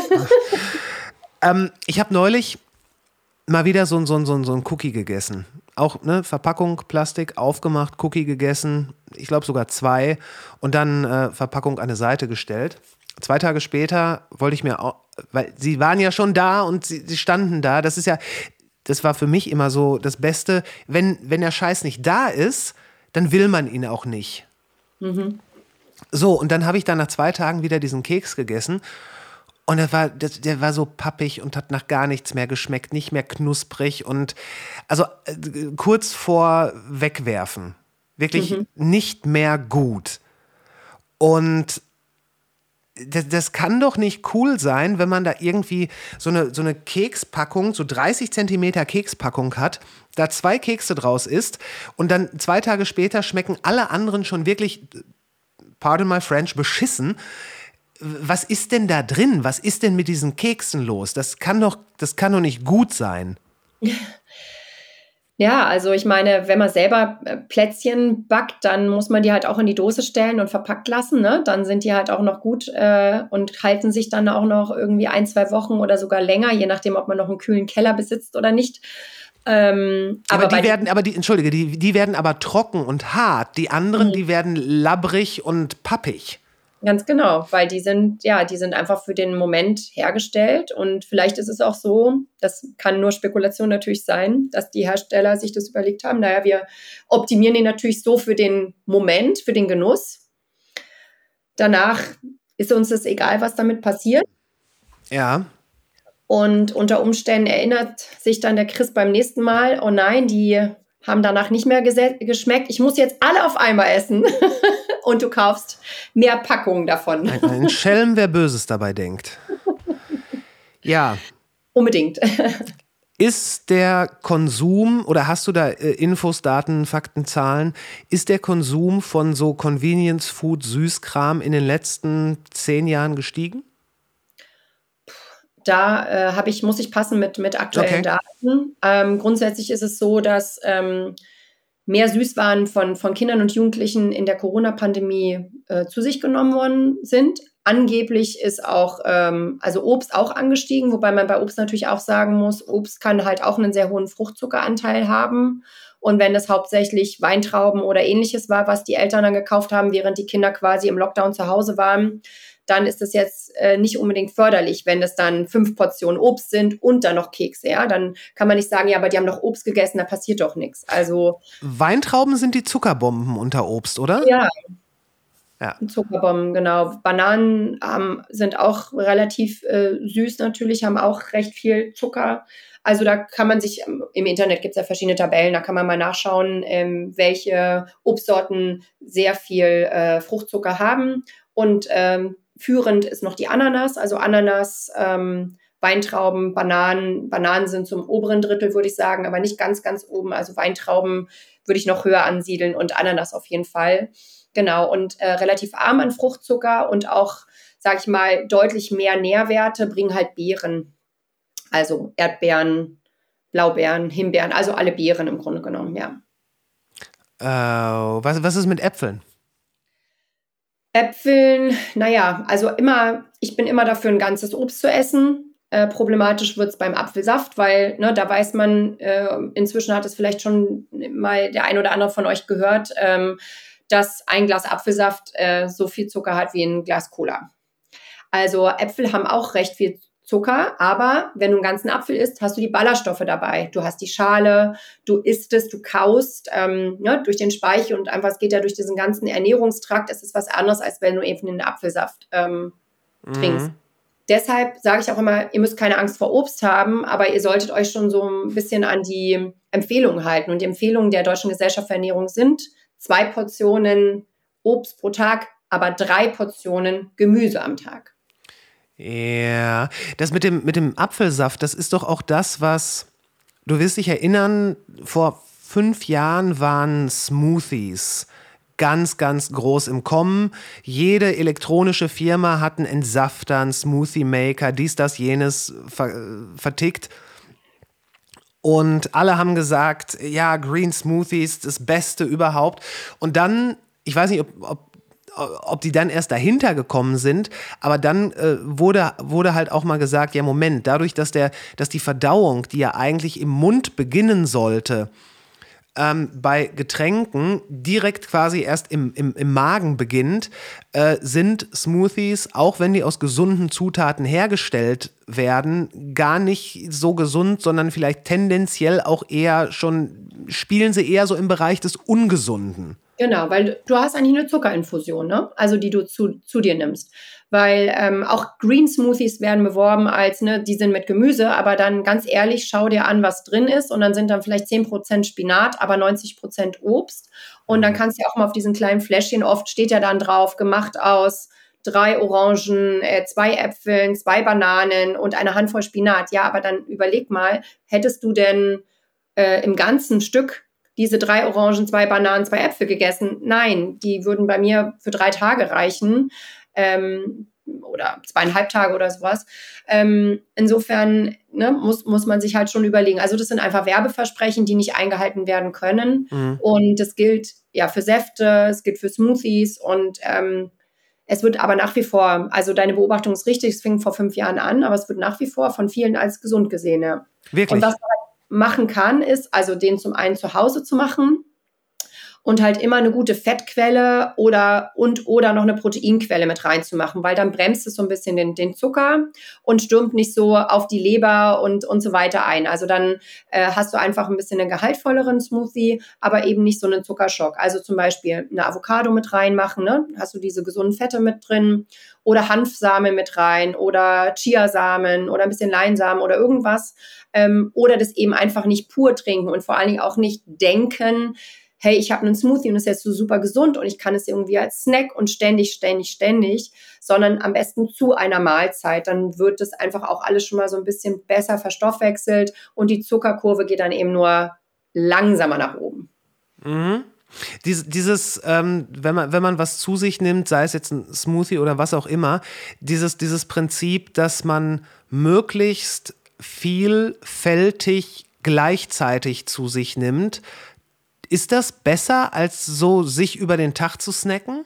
[SPEAKER 1] ähm, ich habe neulich mal wieder so, so, so, so ein Cookie gegessen. Auch ne, Verpackung, Plastik, aufgemacht, Cookie gegessen. Ich glaube sogar zwei. Und dann äh, Verpackung an eine Seite gestellt. Zwei Tage später wollte ich mir auch, weil sie waren ja schon da und sie, sie standen da. Das ist ja, das war für mich immer so das Beste. Wenn, wenn der Scheiß nicht da ist, dann will man ihn auch nicht. Mhm. So, und dann habe ich dann nach zwei Tagen wieder diesen Keks gegessen. Und der war, der, der war so pappig und hat nach gar nichts mehr geschmeckt, nicht mehr knusprig und also äh, kurz vor Wegwerfen. Wirklich mhm. nicht mehr gut. Und das, das kann doch nicht cool sein, wenn man da irgendwie so eine, so eine Kekspackung, so dreißig Zentimeter Kekspackung hat, da zwei Kekse draus isst und dann zwei Tage später schmecken alle anderen schon wirklich, pardon my French, beschissen. Was ist denn da drin? Was ist denn mit diesen Keksen los? Das kann doch, das kann doch nicht gut sein.
[SPEAKER 3] Ja, also ich meine, wenn man selber Plätzchen backt, dann muss man die halt auch in die Dose stellen und verpackt lassen. Ne? Dann sind die halt auch noch gut äh, und halten sich dann auch noch irgendwie ein, zwei Wochen oder sogar länger, je nachdem, ob man noch einen kühlen Keller besitzt oder nicht. Ähm,
[SPEAKER 1] aber,
[SPEAKER 3] aber
[SPEAKER 1] die werden, aber die, entschuldige, die, die werden aber trocken und hart. Die anderen, mhm. die werden labbrig und pappig.
[SPEAKER 3] Ganz genau, weil die sind, ja, die sind einfach für den Moment hergestellt und vielleicht ist es auch so, das kann nur Spekulation natürlich sein, dass die Hersteller sich das überlegt haben, naja, wir optimieren den natürlich so für den Moment, für den Genuss. Danach ist uns das egal, was damit passiert.
[SPEAKER 1] Ja.
[SPEAKER 3] Und unter Umständen erinnert sich dann der Chris beim nächsten Mal, oh nein, die haben danach nicht mehr gese- geschmeckt, ich muss jetzt alle auf einmal essen. Und du kaufst mehr Packungen davon.
[SPEAKER 1] Ein, ein Schelm, wer Böses dabei denkt. Ja.
[SPEAKER 3] Unbedingt.
[SPEAKER 1] Ist der Konsum, oder hast du da äh, Infos, Daten, Fakten, Zahlen, ist der Konsum von so Convenience-Food, Süßkram in den letzten zehn Jahren gestiegen?
[SPEAKER 3] Da äh, habe ich, muss ich passen mit, mit aktuellen
[SPEAKER 1] Okay.
[SPEAKER 3] Daten. Ähm, grundsätzlich ist es so, dass ähm, mehr Süßwaren von, von Kindern und Jugendlichen in der Corona-Pandemie äh, zu sich genommen worden sind. Angeblich ist auch, ähm, also Obst auch angestiegen, wobei man bei Obst natürlich auch sagen muss, Obst kann halt auch einen sehr hohen Fruchtzuckeranteil haben. Und wenn es hauptsächlich Weintrauben oder Ähnliches war, was die Eltern dann gekauft haben, während die Kinder quasi im Lockdown zu Hause waren, dann ist es jetzt äh, nicht unbedingt förderlich, wenn es dann fünf Portionen Obst sind und dann noch Kekse. Ja? Dann kann man nicht sagen, ja, aber die haben doch Obst gegessen, da passiert doch nichts. Also
[SPEAKER 1] Weintrauben sind die Zuckerbomben unter Obst, oder?
[SPEAKER 3] Ja,
[SPEAKER 1] ja.
[SPEAKER 3] Zuckerbomben, genau. Bananen ähm, sind auch relativ äh, süß natürlich, haben auch recht viel Zucker. Also da kann man sich, im Internet gibt es ja verschiedene Tabellen, da kann man mal nachschauen, ähm, welche Obstsorten sehr viel äh, Fruchtzucker haben. Und ähm, führend ist noch die Ananas, also Ananas, ähm, Weintrauben, Bananen. Bananen sind zum oberen Drittel, würde ich sagen, aber nicht ganz, ganz oben. Also Weintrauben würde ich noch höher ansiedeln und Ananas auf jeden Fall. Genau, und äh, relativ arm an Fruchtzucker und auch, sage ich mal, deutlich mehr Nährwerte bringen halt Beeren. Also Erdbeeren, Blaubeeren, Himbeeren, also alle Beeren im Grunde genommen, ja.
[SPEAKER 1] Äh, was, was ist mit Äpfeln?
[SPEAKER 3] Äpfeln, naja, also immer, ich bin immer dafür, ein ganzes Obst zu essen. Äh, problematisch wird es beim Apfelsaft, weil ne, da weiß man, äh, inzwischen hat es vielleicht schon mal der ein oder andere von euch gehört, ähm, dass ein Glas Apfelsaft äh, so viel Zucker hat wie ein Glas Cola. Also Äpfel haben auch recht viel Zucker, aber wenn du einen ganzen Apfel isst, hast du die Ballaststoffe dabei. Du hast die Schale, du isst es, du kaust ähm, ne, durch den Speichel und einfach, es geht ja durch diesen ganzen Ernährungstrakt. Es ist was anderes, als wenn du eben einen Apfelsaft ähm, mhm. trinkst. Deshalb sage ich auch immer, ihr müsst keine Angst vor Obst haben, aber ihr solltet euch schon so ein bisschen an die Empfehlungen halten. Und die Empfehlungen der Deutschen Gesellschaft für Ernährung sind zwei Portionen Obst pro Tag, aber drei Portionen Gemüse am Tag.
[SPEAKER 1] Ja, das mit dem, mit dem Apfelsaft, das ist doch auch das, was, du wirst dich erinnern, vor fünf Jahren waren Smoothies ganz, ganz groß im Kommen. Jede elektronische Firma hat einen Entsafter, einen Smoothie-Maker, dies, das, jenes ver- vertickt. Und alle haben gesagt, ja, Green Smoothies, das Beste überhaupt. Und dann, ich weiß nicht, ob, ob ob die dann erst dahinter gekommen sind, aber dann äh, wurde, wurde halt auch mal gesagt, ja Moment, dadurch, dass, der, dass die Verdauung, die ja eigentlich im Mund beginnen sollte, ähm, bei Getränken direkt quasi erst im, im, im Magen beginnt, äh, sind Smoothies, auch wenn die aus gesunden Zutaten hergestellt werden, gar nicht so gesund, sondern vielleicht tendenziell auch eher schon, spielen sie eher so im Bereich des Ungesunden.
[SPEAKER 3] Genau, weil du hast eigentlich eine Zuckerinfusion, ne? Also die du zu, zu dir nimmst. Weil ähm, auch Green Smoothies werden beworben als, ne, die sind mit Gemüse, aber dann ganz ehrlich, schau dir an, was drin ist und dann sind dann vielleicht zehn Prozent Spinat, aber neunzig Prozent Obst. Und dann kannst du ja auch mal auf diesen kleinen Fläschchen, oft steht ja dann drauf, gemacht aus drei Orangen, äh, zwei Äpfeln, zwei Bananen und eine Handvoll Spinat. Ja, aber dann überleg mal, hättest du denn äh, im ganzen Stück diese drei Orangen, zwei Bananen, zwei Äpfel gegessen? Nein, die würden bei mir für drei Tage reichen ähm, oder zweieinhalb Tage oder sowas. Ähm, insofern ne, muss, muss man sich halt schon überlegen. Also das sind einfach Werbeversprechen, die nicht eingehalten werden können. Mhm. Und das gilt ja für Säfte, es gilt für Smoothies und ähm, es wird aber nach wie vor, also deine Beobachtung ist richtig, es fing vor fünf Jahren an, aber es wird nach wie vor von vielen als gesund gesehen. Ja.
[SPEAKER 1] Wirklich?
[SPEAKER 3] Und was man machen kann, ist, also den zum einen zu Hause zu machen und halt immer eine gute Fettquelle oder und oder noch eine Proteinquelle mit reinzumachen, weil dann bremst es so ein bisschen den, den Zucker und stürmt nicht so auf die Leber und, und so weiter ein. Also dann äh, hast du einfach ein bisschen einen gehaltvolleren Smoothie, aber eben nicht so einen Zuckerschock. Also zum Beispiel eine Avocado mit reinmachen, ne? Hast du diese gesunden Fette mit drin oder Hanfsamen mit rein oder Chiasamen oder ein bisschen Leinsamen oder irgendwas. Ähm, oder das eben einfach nicht pur trinken und vor allen Dingen auch nicht denken, hey, ich habe einen Smoothie und das ist jetzt so super gesund und ich kann es irgendwie als Snack und ständig, ständig, ständig, sondern am besten zu einer Mahlzeit. Dann wird das einfach auch alles schon mal so ein bisschen besser verstoffwechselt und die Zuckerkurve geht dann eben nur langsamer nach oben.
[SPEAKER 1] Mhm. Dies, dieses, ähm, wenn man, wenn man was zu sich nimmt, sei es jetzt ein Smoothie oder was auch immer, dieses, dieses Prinzip, dass man möglichst vielfältig gleichzeitig zu sich nimmt, ist das besser, als so sich über den Tag zu snacken?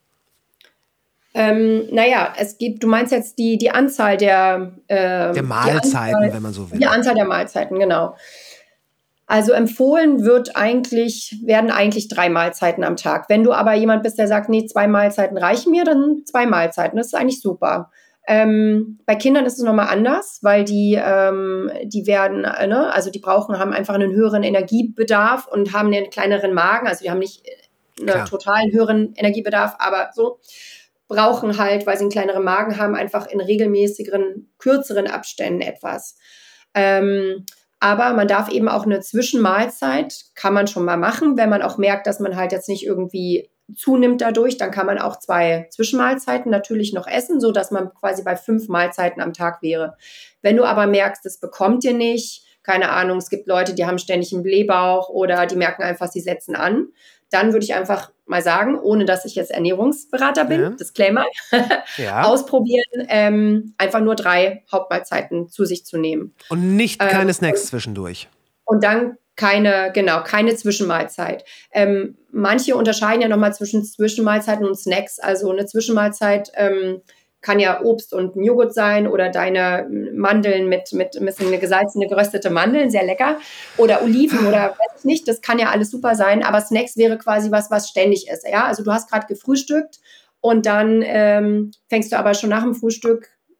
[SPEAKER 3] Ähm, naja, es geht, du meinst jetzt die, die Anzahl der, äh,
[SPEAKER 1] der Mahlzeiten,
[SPEAKER 3] Anzahl,
[SPEAKER 1] wenn man so will.
[SPEAKER 3] Die Anzahl der Mahlzeiten, genau. Also empfohlen wird eigentlich, werden eigentlich drei Mahlzeiten am Tag. Wenn du aber jemand bist, der sagt, nee, zwei Mahlzeiten reichen mir, dann zwei Mahlzeiten. Das ist eigentlich super. Ähm, bei Kindern ist es nochmal anders, weil die, ähm, die werden, äh, ne, also die brauchen, haben einfach einen höheren Energiebedarf und haben einen kleineren Magen, also die haben nicht einen Klar. totalen höheren Energiebedarf, aber so brauchen halt, weil sie einen kleineren Magen haben, einfach in regelmäßigeren, kürzeren Abständen etwas. Ähm, aber man darf eben auch eine Zwischenmahlzeit, kann man schon mal machen, wenn man auch merkt, dass man halt jetzt nicht irgendwie zunimmt dadurch, dann kann man auch zwei Zwischenmahlzeiten natürlich noch essen, so dass man quasi bei fünf Mahlzeiten am Tag wäre. Wenn du aber merkst, das bekommt ihr nicht, keine Ahnung, es gibt Leute, die haben ständig einen Blähbauch oder die merken einfach, sie setzen an, dann würde ich einfach mal sagen, ohne dass ich jetzt Ernährungsberater bin, ja. Disclaimer, ja. ausprobieren, ähm, einfach nur drei Hauptmahlzeiten zu sich zu nehmen.
[SPEAKER 1] Und nicht keine ähm, Snacks
[SPEAKER 3] und,
[SPEAKER 1] zwischendurch.
[SPEAKER 3] Und dann Keine, genau, keine Zwischenmahlzeit. Ähm, manche unterscheiden ja nochmal zwischen Zwischenmahlzeiten und Snacks. Also eine Zwischenmahlzeit ähm, kann ja Obst und ein Joghurt sein oder deine Mandeln mit, mit ein bisschen eine gesalzene, geröstete Mandeln, sehr lecker. Oder Oliven oder weiß ich nicht, das kann ja alles super sein. Aber Snacks wäre quasi was, was ständig ist. Ja? Also du hast gerade gefrühstückt und dann ähm, fängst du aber schon nach dem Frühstück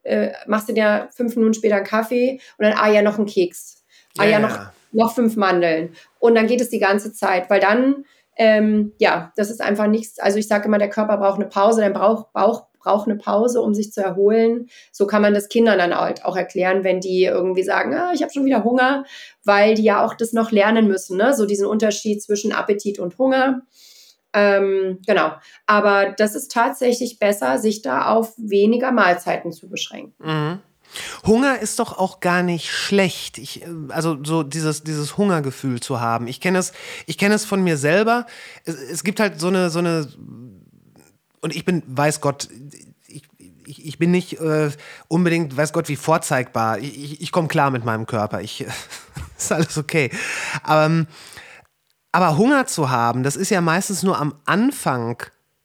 [SPEAKER 3] äh, machst du dir fünf Minuten später einen Kaffee und dann, ah ja, noch einen Keks. Ah
[SPEAKER 1] Ja,
[SPEAKER 3] ja,
[SPEAKER 1] ja.
[SPEAKER 3] noch, noch fünf Mandeln. Und dann geht es die ganze Zeit, weil dann, ähm, ja, das ist einfach nichts. Also ich sage immer, der Körper braucht eine Pause, der Bauch, Bauch braucht eine Pause, um sich zu erholen. So kann man das Kindern dann halt auch erklären, wenn die irgendwie sagen, ah, ich habe schon wieder Hunger, weil die ja auch das noch lernen müssen, ne? So diesen Unterschied zwischen Appetit und Hunger. Ähm, genau. Aber das ist tatsächlich besser, sich da auf weniger Mahlzeiten zu beschränken.
[SPEAKER 1] Mhm. Hunger ist doch auch gar nicht schlecht. Ich, also so dieses, dieses Hungergefühl zu haben. Ich kenne es, ich kenne es von mir selber. Es, es gibt halt so eine, so eine, und ich bin, weiß Gott, ich, ich, ich bin nicht äh, unbedingt, weiß Gott, wie vorzeigbar. Ich, ich, ich komme klar mit meinem Körper. Ich, ist alles okay. Aber, aber Hunger zu haben, das ist ja meistens nur am Anfang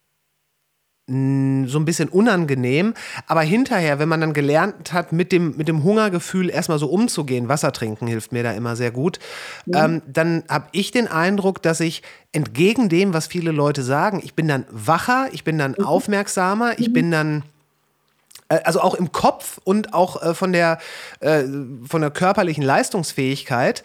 [SPEAKER 1] so ein bisschen unangenehm, aber hinterher, wenn man dann gelernt hat, mit dem, mit dem Hungergefühl erstmal so umzugehen, Wasser trinken hilft mir da immer sehr gut, mhm. ähm, dann habe ich den Eindruck, dass ich entgegen dem, was viele Leute sagen, ich bin dann wacher, ich bin dann mhm. aufmerksamer, ich mhm. bin dann äh, also auch im Kopf und auch äh, von der, äh, von der körperlichen Leistungsfähigkeit.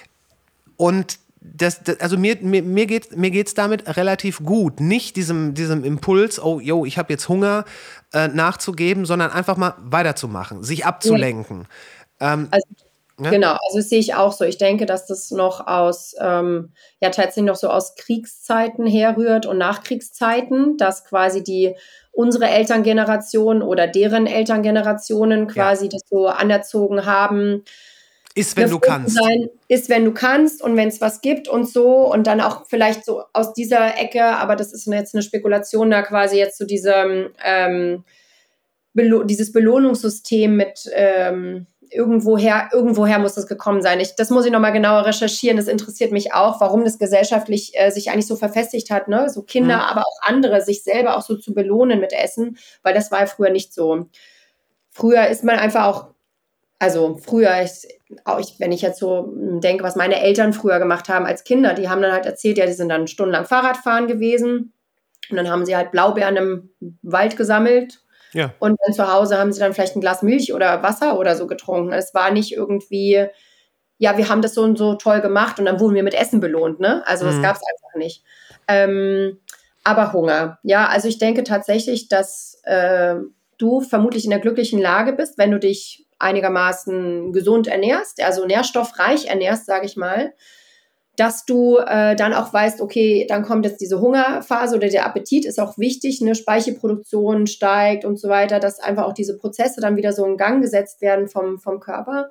[SPEAKER 1] Und Das, das, also mir, mir, mir geht mir geht's damit relativ gut. Nicht diesem, diesem Impuls, oh, yo, ich habe jetzt Hunger, äh, nachzugeben, sondern einfach mal weiterzumachen, sich abzulenken. Ja. Ähm,
[SPEAKER 3] also,
[SPEAKER 1] ne?
[SPEAKER 3] Genau, also das sehe ich auch so. Ich denke, dass das noch aus, ähm, ja tatsächlich noch so aus Kriegszeiten herrührt und Nachkriegszeiten, dass quasi die unsere Elterngeneration oder deren Elterngenerationen quasi ja. das so anerzogen haben.
[SPEAKER 1] Ist, wenn du kannst.
[SPEAKER 3] Sein, ist, wenn du kannst und wenn es was gibt und so und dann auch vielleicht so aus dieser Ecke, aber das ist jetzt eine Spekulation, da quasi jetzt so diese, ähm, Belo- dieses Belohnungssystem mit ähm, irgendwoher, irgendwoher muss das gekommen sein. Ich, das muss ich nochmal genauer recherchieren, das interessiert mich auch, warum das gesellschaftlich äh, sich eigentlich so verfestigt hat, ne? So Kinder, mhm. aber auch andere, sich selber auch so zu belohnen mit Essen, weil das war ja früher nicht so. Früher ist man einfach auch Also früher, ich, auch ich, wenn ich jetzt so denke, was meine Eltern früher gemacht haben als Kinder, die haben dann halt erzählt, ja, die sind dann stundenlang Fahrradfahren gewesen und dann haben sie halt Blaubeeren im Wald gesammelt
[SPEAKER 1] ja.
[SPEAKER 3] und dann zu Hause haben sie dann vielleicht ein Glas Milch oder Wasser oder so getrunken. Es war nicht irgendwie, ja, wir haben das so und so toll gemacht und dann wurden wir mit Essen belohnt, ne? Also das mhm. gab es einfach nicht. Ähm, aber Hunger, ja, also ich denke tatsächlich, dass äh, du vermutlich in der glücklichen Lage bist, wenn du dich einigermaßen gesund ernährst, also nährstoffreich ernährst, sage ich mal, dass du äh, dann auch weißt, okay, dann kommt jetzt diese Hungerphase oder der Appetit ist auch wichtig, eine Speichelproduktion steigt und so weiter, dass einfach auch diese Prozesse dann wieder so in Gang gesetzt werden vom, vom Körper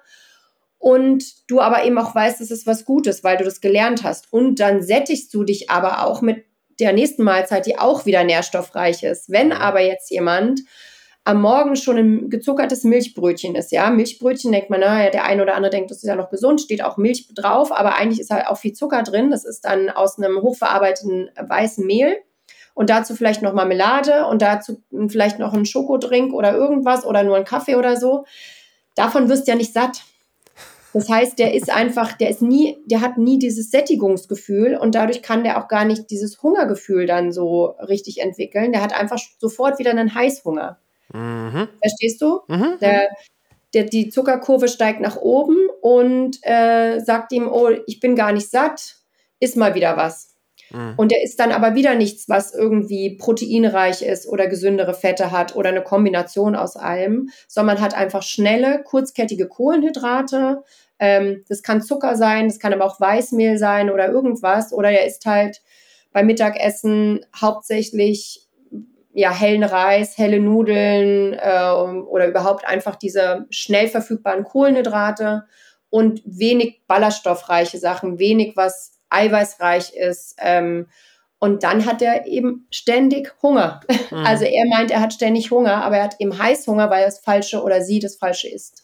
[SPEAKER 3] und du aber eben auch weißt, es ist was Gutes, weil du das gelernt hast und dann sättigst du dich aber auch mit der nächsten Mahlzeit, die auch wieder nährstoffreich ist. Wenn aber jetzt jemand am Morgen schon ein gezuckertes Milchbrötchen ist, ja, Milchbrötchen denkt man, naja, der eine oder andere denkt, das ist ja noch gesund, steht auch Milch drauf, aber eigentlich ist halt auch viel Zucker drin, das ist dann aus einem hochverarbeiteten weißen Mehl und dazu vielleicht noch Marmelade und dazu vielleicht noch ein Schokodrink oder irgendwas oder nur ein Kaffee oder so, davon wirst du ja nicht satt. Das heißt, der ist einfach, der ist nie, der hat nie dieses Sättigungsgefühl und dadurch kann der auch gar nicht dieses Hungergefühl dann so richtig entwickeln, der hat einfach sofort wieder einen Heißhunger.
[SPEAKER 1] Mhm.
[SPEAKER 3] Verstehst du?
[SPEAKER 1] Mhm.
[SPEAKER 3] Der, der, die Zuckerkurve steigt nach oben und äh, sagt ihm, oh, ich bin gar nicht satt, iss mal wieder was. Mhm. Und der isst dann aber wieder nichts, was irgendwie proteinreich ist oder gesündere Fette hat oder eine Kombination aus allem, sondern hat einfach schnelle, kurzkettige Kohlenhydrate. Ähm, das kann Zucker sein, das kann aber auch Weißmehl sein oder irgendwas. Oder er isst halt beim Mittagessen hauptsächlich ja, hellen Reis, helle Nudeln äh, oder überhaupt einfach diese schnell verfügbaren Kohlenhydrate und wenig ballaststoffreiche Sachen, wenig, was eiweißreich ist. Ähm, und dann hat er eben ständig Hunger. Mhm. Also er meint, er hat ständig Hunger, aber er hat eben Heißhunger, weil er das Falsche oder sie das Falsche isst.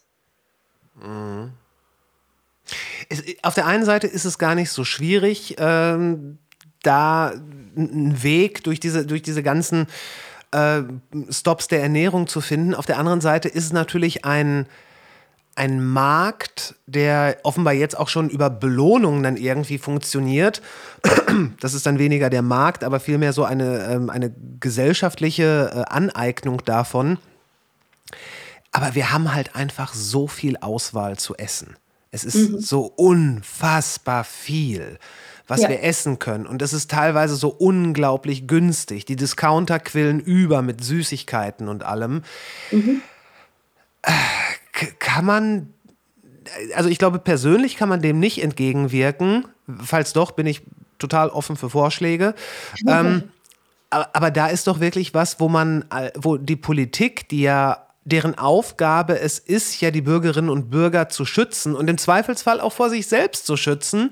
[SPEAKER 1] Mhm. Es, auf der einen Seite ist es gar nicht so schwierig, ähm, da einen Weg durch diese, durch diese ganzen äh, Stops der Ernährung zu finden. Auf der anderen Seite ist es natürlich ein, ein Markt, der offenbar jetzt auch schon über Belohnungen dann irgendwie funktioniert. Das ist dann weniger der Markt, aber vielmehr so eine, ähm, eine gesellschaftliche äh, Aneignung davon. Aber wir haben halt einfach so viel Auswahl zu essen. Es ist
[SPEAKER 3] Mhm.
[SPEAKER 1] so unfassbar viel, was
[SPEAKER 3] Ja.
[SPEAKER 1] wir essen können. Und es ist teilweise so unglaublich günstig. Die Discounter quillen über mit Süßigkeiten und allem.
[SPEAKER 3] Mhm.
[SPEAKER 1] K- kann man, also ich glaube, persönlich kann man dem nicht entgegenwirken. Falls doch, bin ich total offen für Vorschläge. ähm, aber, aber da ist doch wirklich was, wo man, äh, wo die Politik, die ja deren Aufgabe es ist, ja die Bürgerinnen und Bürger zu schützen und im Zweifelsfall auch vor sich selbst zu schützen.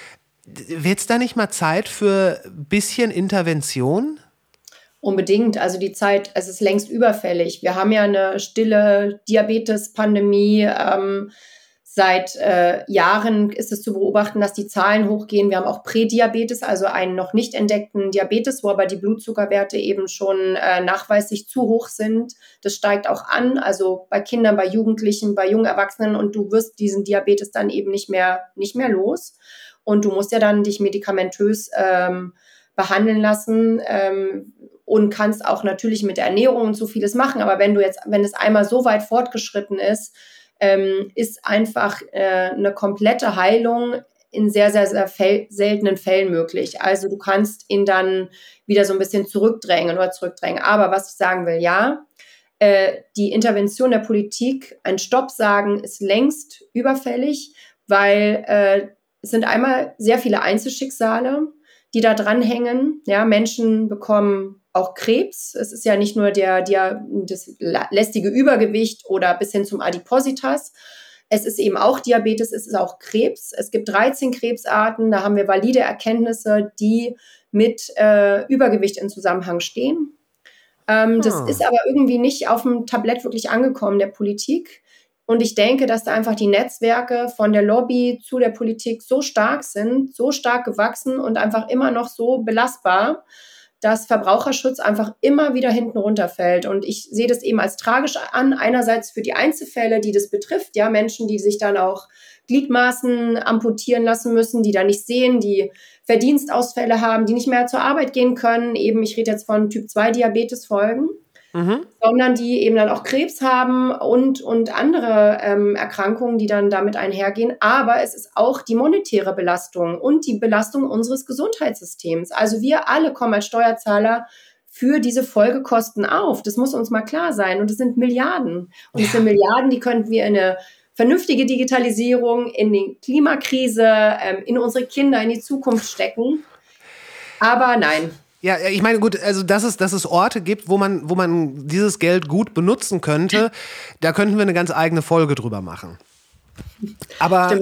[SPEAKER 1] Wird es da nicht mal Zeit für ein bisschen Intervention?
[SPEAKER 3] Unbedingt. Also die Zeit, es ist längst überfällig. Wir haben ja eine stille Diabetes-Pandemie. Ähm, seit äh, Jahren ist es zu beobachten, dass die Zahlen hochgehen. Wir haben auch Prädiabetes, also einen noch nicht entdeckten Diabetes, wo aber die Blutzuckerwerte eben schon äh, nachweislich zu hoch sind. Das steigt auch an, also bei Kindern, bei Jugendlichen, bei jungen Erwachsenen, und du wirst diesen Diabetes dann eben nicht mehr, nicht mehr los. Und du musst ja dann dich medikamentös ähm, behandeln lassen ähm, und kannst auch natürlich mit der Ernährung und so vieles machen. Aber wenn du jetzt, wenn es einmal so weit fortgeschritten ist, ähm, ist einfach äh, eine komplette Heilung in sehr, sehr, sehr fel- seltenen Fällen möglich. Also du kannst ihn dann wieder so ein bisschen zurückdrängen oder zurückdrängen. Aber was ich sagen will, ja, äh, die Intervention der Politik, ein Stopp sagen, ist längst überfällig, weil äh, es sind einmal sehr viele Einzelschicksale, die da dranhängen. Ja, Menschen bekommen auch Krebs. Es ist ja nicht nur der, der, das lästige Übergewicht oder bis hin zum Adipositas. Es ist eben auch Diabetes, es ist auch Krebs. Es gibt dreizehn Krebsarten, da haben wir valide Erkenntnisse, die mit äh, Übergewicht in Zusammenhang stehen. Ähm, das
[SPEAKER 1] Hm.
[SPEAKER 3] ist aber irgendwie nicht auf dem Tablett wirklich angekommen, der Politik. Und ich denke, dass da einfach die Netzwerke von der Lobby zu der Politik so stark sind, so stark gewachsen und einfach immer noch so belastbar, dass Verbraucherschutz einfach immer wieder hinten runterfällt. Und ich sehe das eben als tragisch an. Einerseits für die Einzelfälle, die das betrifft, ja, Menschen, die sich dann auch Gliedmaßen amputieren lassen müssen, die da nicht sehen, die Verdienstausfälle haben, die nicht mehr zur Arbeit gehen können. Eben, ich rede jetzt von Typ zwei Diabetes-Folgen.
[SPEAKER 1] Mhm.
[SPEAKER 3] Sondern die eben dann auch Krebs haben und, und andere ähm, Erkrankungen, die dann damit einhergehen. Aber es ist auch die monetäre Belastung und die Belastung unseres Gesundheitssystems. Also wir alle kommen als Steuerzahler für diese Folgekosten auf. Das muss uns mal klar sein. Und es sind Milliarden. Und es sind Milliarden, die könnten wir in eine vernünftige Digitalisierung, in die Klimakrise, ähm, in unsere Kinder, in die Zukunft stecken. Aber nein.
[SPEAKER 1] Ja, ich meine, gut, also dass es, dass es Orte gibt, wo man, wo man dieses Geld gut benutzen könnte, da könnten wir eine ganz eigene Folge drüber machen. Aber,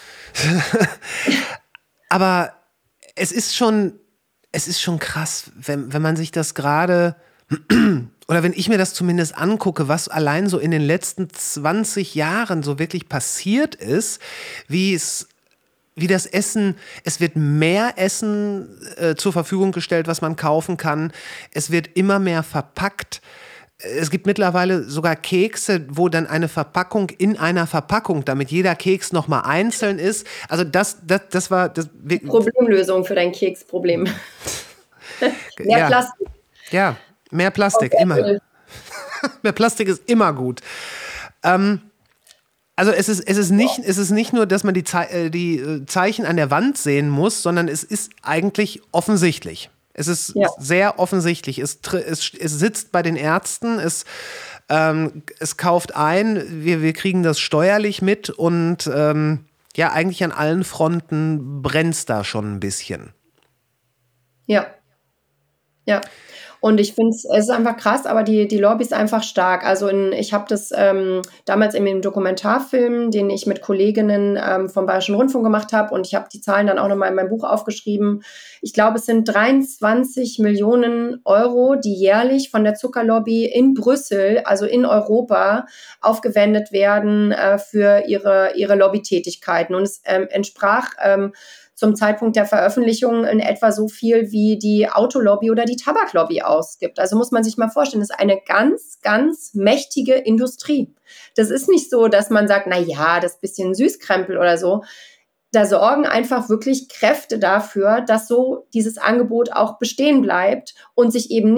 [SPEAKER 1] aber es ist schon, es ist schon krass, wenn, wenn man sich das gerade, oder wenn ich mir das zumindest angucke, was allein so in den letzten zwanzig Jahren so wirklich passiert ist, wie es wie das Essen, es wird mehr Essen äh, zur Verfügung gestellt, was man kaufen kann. Es wird immer mehr verpackt. Es gibt mittlerweile sogar Kekse, wo dann eine Verpackung in einer Verpackung, damit jeder Keks nochmal einzeln ist. Also das, das, das war... Das,
[SPEAKER 3] Problemlösung für dein Keksproblem. Mehr
[SPEAKER 1] ja.
[SPEAKER 3] Plastik.
[SPEAKER 1] Ja, mehr Plastik,
[SPEAKER 3] Okay.
[SPEAKER 1] immer. Mehr Plastik ist immer gut. Ähm, Also es ist, es ist nicht, es ist nicht nur, dass man die, Ze- die Zeichen an der Wand sehen muss, sondern es ist eigentlich offensichtlich. Es ist
[SPEAKER 3] Ja.
[SPEAKER 1] sehr offensichtlich. Es, tr- es, es sitzt bei den Ärzten, es, ähm, es kauft ein, wir, wir kriegen das steuerlich mit und ähm, ja, eigentlich an allen Fronten brennt es da schon ein bisschen.
[SPEAKER 3] Ja. Ja. Und ich finde es ist einfach krass, aber die, die Lobby ist einfach stark. Also in, ich habe das ähm, damals in dem Dokumentarfilm, den ich mit Kolleginnen ähm, vom Bayerischen Rundfunk gemacht habe, und ich habe die Zahlen dann auch nochmal in meinem Buch aufgeschrieben. Ich glaube, es sind dreiundzwanzig Millionen Euro, die jährlich von der Zuckerlobby in Brüssel, also in Europa, aufgewendet werden äh, für ihre, ihre Lobbytätigkeiten. Und es ähm, entsprach ähm, zum Zeitpunkt der Veröffentlichung in etwa so viel, wie die Autolobby oder die Tabaklobby ausgibt. Also muss man sich mal vorstellen, das ist eine ganz, ganz mächtige Industrie. Das ist nicht so, dass man sagt, na ja, das bisschen Süßkrempel oder so. Da sorgen einfach wirklich Kräfte dafür, dass so dieses Angebot auch bestehen bleibt und sich eben nichts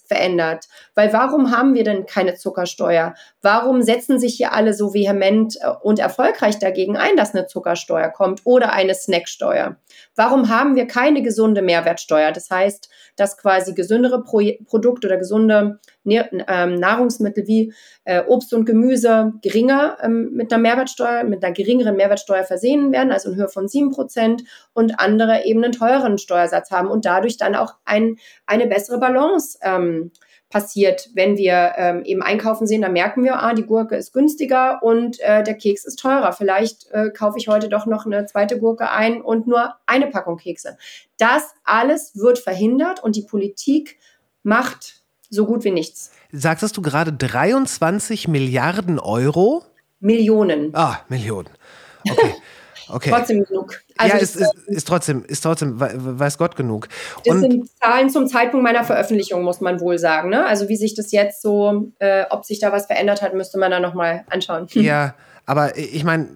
[SPEAKER 3] verändert. Weil warum haben wir denn keine Zuckersteuer? Warum setzen sich hier alle so vehement und erfolgreich dagegen ein, dass eine Zuckersteuer kommt oder eine Snacksteuer? Warum haben wir keine gesunde Mehrwertsteuer? Das heißt, dass quasi gesündere Pro- Produkte oder gesunde ähm, Nahrungsmittel wie äh, Obst und Gemüse geringer ähm, mit einer Mehrwertsteuer, mit einer geringeren Mehrwertsteuer versehen werden, also in Höhe von sieben Prozent, und andere eben einen teureren Steuersatz haben und dadurch dann auch ein, eine bessere Balance ähm, passiert. Wenn wir ähm, eben einkaufen sehen, dann merken wir, ah, die Gurke ist günstiger und äh, der Keks ist teurer. Vielleicht äh, kaufe ich heute doch noch eine zweite Gurke ein und nur eine Packung Kekse. Das alles wird verhindert und die Politik macht so gut wie nichts.
[SPEAKER 1] Sagtest du gerade dreiundzwanzig Milliarden Euro?
[SPEAKER 3] Millionen.
[SPEAKER 1] Ah, Millionen. Okay. Okay.
[SPEAKER 3] Trotzdem genug. Also
[SPEAKER 1] ja,
[SPEAKER 3] das,
[SPEAKER 1] ist, ist, ist trotzdem, ist trotzdem, weiß Gott genug.
[SPEAKER 3] Das
[SPEAKER 1] Und
[SPEAKER 3] sind Zahlen zum Zeitpunkt meiner Veröffentlichung, muss man wohl sagen. Ne? Also wie sich das jetzt so, äh, ob sich da was verändert hat, müsste man dann nochmal anschauen.
[SPEAKER 1] Ja, aber ich meine,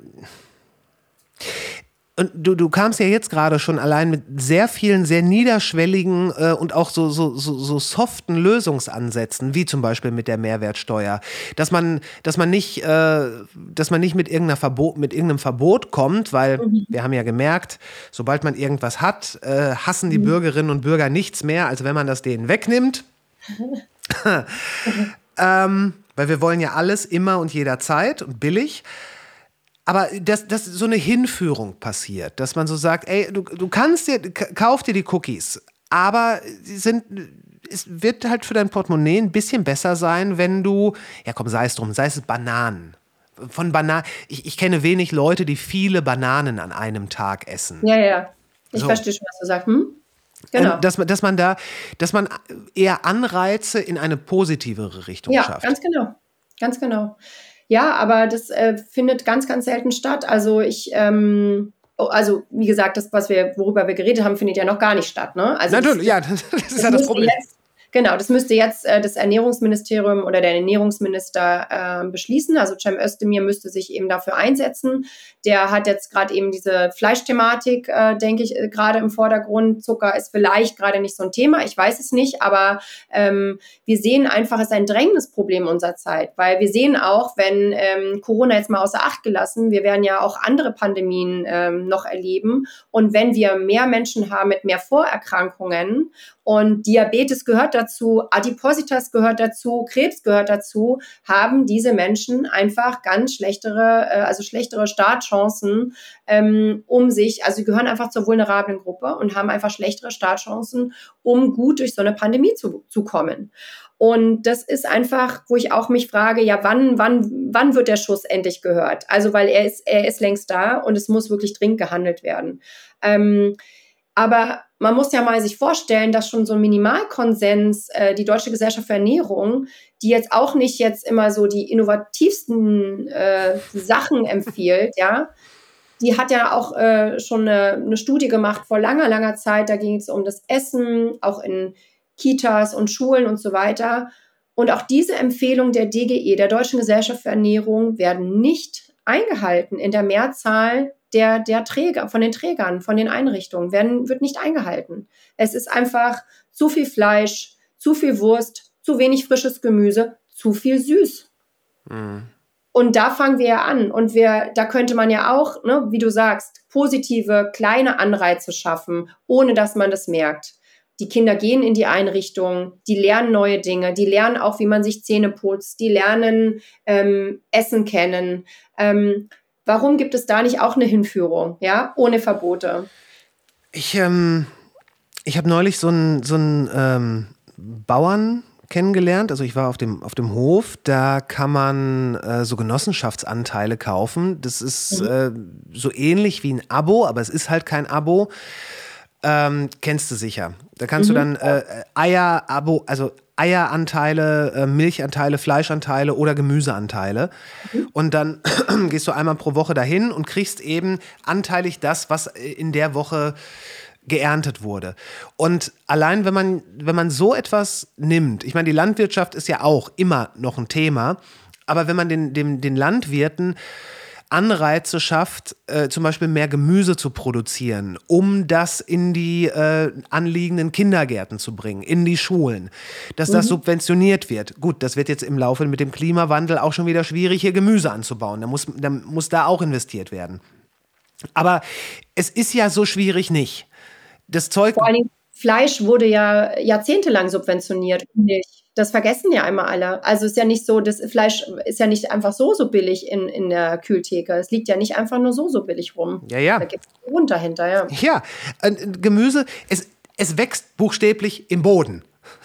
[SPEAKER 1] und du, du kamst ja jetzt gerade schon allein mit sehr vielen, sehr niederschwelligen äh, und auch so, so, so, so soften Lösungsansätzen, wie zum Beispiel mit der Mehrwertsteuer. Dass man, dass man nicht, äh, dass man nicht mit, irgendeiner Verbot, mit irgendeinem Verbot kommt, weil mhm. wir haben ja gemerkt, sobald man irgendwas hat, äh, hassen die mhm. Bürgerinnen und Bürger nichts mehr, als wenn man das denen wegnimmt. ähm, weil wir wollen ja alles immer und jederzeit und billig. Aber dass, dass so eine Hinführung passiert, dass man so sagt, ey, du, du kannst dir, kauf dir die Cookies, aber sie sind, es wird halt für dein Portemonnaie ein bisschen besser sein, wenn du, ja komm, sei es drum, sei es Bananen. Von Bananen, ich, ich kenne wenig Leute, die viele Bananen an einem Tag essen.
[SPEAKER 3] Ja, ja, ich
[SPEAKER 1] so.
[SPEAKER 3] verstehe schon, was du sagst. Hm? Genau.
[SPEAKER 1] Dass man, dass man da, dass man eher Anreize in eine positivere Richtung
[SPEAKER 3] ja,
[SPEAKER 1] schafft.
[SPEAKER 3] Ja, ganz genau, ganz genau. Ja, aber das äh, findet ganz, ganz selten statt. Also ich, ähm, oh, also wie gesagt, das, was wir, worüber wir geredet haben, findet ja noch gar nicht statt. Ne? Also
[SPEAKER 1] natürlich,
[SPEAKER 3] das,
[SPEAKER 1] ja, das, das ist ja das Problem.
[SPEAKER 3] Jetzt, genau, das müsste jetzt äh, das Ernährungsministerium oder der Ernährungsminister äh, beschließen. Also Cem Özdemir müsste sich eben dafür einsetzen. Der hat jetzt gerade eben diese Fleischthematik, äh, denke ich, äh, gerade im Vordergrund. Zucker ist vielleicht gerade nicht so ein Thema, ich weiß es nicht, aber ähm, wir sehen einfach, es ist ein drängendes Problem unserer Zeit, weil wir sehen auch, wenn ähm, Corona jetzt mal außer Acht gelassen, wir werden ja auch andere Pandemien ähm, noch erleben, und wenn wir mehr Menschen haben mit mehr Vorerkrankungen, und Diabetes gehört dazu, Adipositas gehört dazu, Krebs gehört dazu, haben diese Menschen einfach ganz schlechtere, äh, also schlechtere Startchancen, ähm, um sich, also sie gehören einfach zur vulnerablen Gruppe und haben einfach schlechtere Startchancen, um gut durch so eine Pandemie zu, zu kommen. Und das ist einfach, wo ich auch mich frage, ja, wann, wann, wann wird der Schuss endlich gehört? Also, weil er ist, er ist längst da und es muss wirklich dringend gehandelt werden. Ähm, aber man muss ja mal sich vorstellen, dass schon so ein Minimalkonsens, äh, die Deutsche Gesellschaft für Ernährung, die jetzt auch nicht jetzt immer so die innovativsten äh, Sachen empfiehlt, ja, die hat ja auch äh, schon eine, eine Studie gemacht vor langer, langer Zeit, da ging es um das Essen, auch in Kitas und Schulen und so weiter. Und auch diese Empfehlungen der D G E, der Deutschen Gesellschaft für Ernährung, werden nicht eingehalten in der Mehrzahl der, der Träger, von den Trägern, von den Einrichtungen, werden, wird nicht eingehalten. Es ist einfach zu viel Fleisch, zu viel Wurst, zu wenig frisches Gemüse, zu viel süß. Mhm. Und da fangen wir ja an. Und wir, da könnte man ja auch, ne, wie du sagst, positive, kleine Anreize schaffen, ohne dass man das merkt. Die Kinder gehen in die Einrichtung, die lernen neue Dinge, die lernen auch, wie man sich Zähne putzt, die lernen ähm, Essen kennen. Ähm, warum gibt es da nicht auch eine Hinführung, ja, ohne Verbote?
[SPEAKER 1] Ich, ähm, ich habe neulich so einen so einen, ähm, Bauern kennengelernt. Also ich war auf dem, auf dem Hof, da kann man äh, so Genossenschaftsanteile kaufen. Das ist mhm. äh, so ähnlich wie ein Abo, aber es ist halt kein Abo. Ähm, kennst du sicher. Da kannst mhm. du dann äh, Eier-Abo, also Eieranteile, äh, Milchanteile, Fleischanteile oder Gemüseanteile. Mhm. Und dann gehst du einmal pro Woche dahin und kriegst eben anteilig das, was in der Woche geerntet wurde. Und allein, wenn man, wenn man so etwas nimmt, ich meine, die Landwirtschaft ist ja auch immer noch ein Thema, aber wenn man den, den, den Landwirten Anreize schafft, äh, zum Beispiel mehr Gemüse zu produzieren, um das in die äh, anliegenden Kindergärten zu bringen, in die Schulen, dass das mhm. subventioniert wird. Gut, das wird jetzt im Laufe mit dem Klimawandel auch schon wieder schwierig, hier Gemüse anzubauen. Da muss, da muss da auch investiert werden. Aber es ist ja so schwierig nicht. Das Zeug...
[SPEAKER 3] Vor allen Dingen Fleisch wurde ja jahrzehntelang subventioniert und Milch. Das vergessen ja immer alle. Also ist ja nicht so, das Fleisch ist ja nicht einfach so, so billig in, in der Kühltheke. Es liegt ja nicht einfach nur so, so billig rum.
[SPEAKER 1] Ja, ja.
[SPEAKER 3] Da gibt es einen Grund dahinter, ja.
[SPEAKER 1] Ja, äh, Gemüse, es, es wächst buchstäblich im Boden.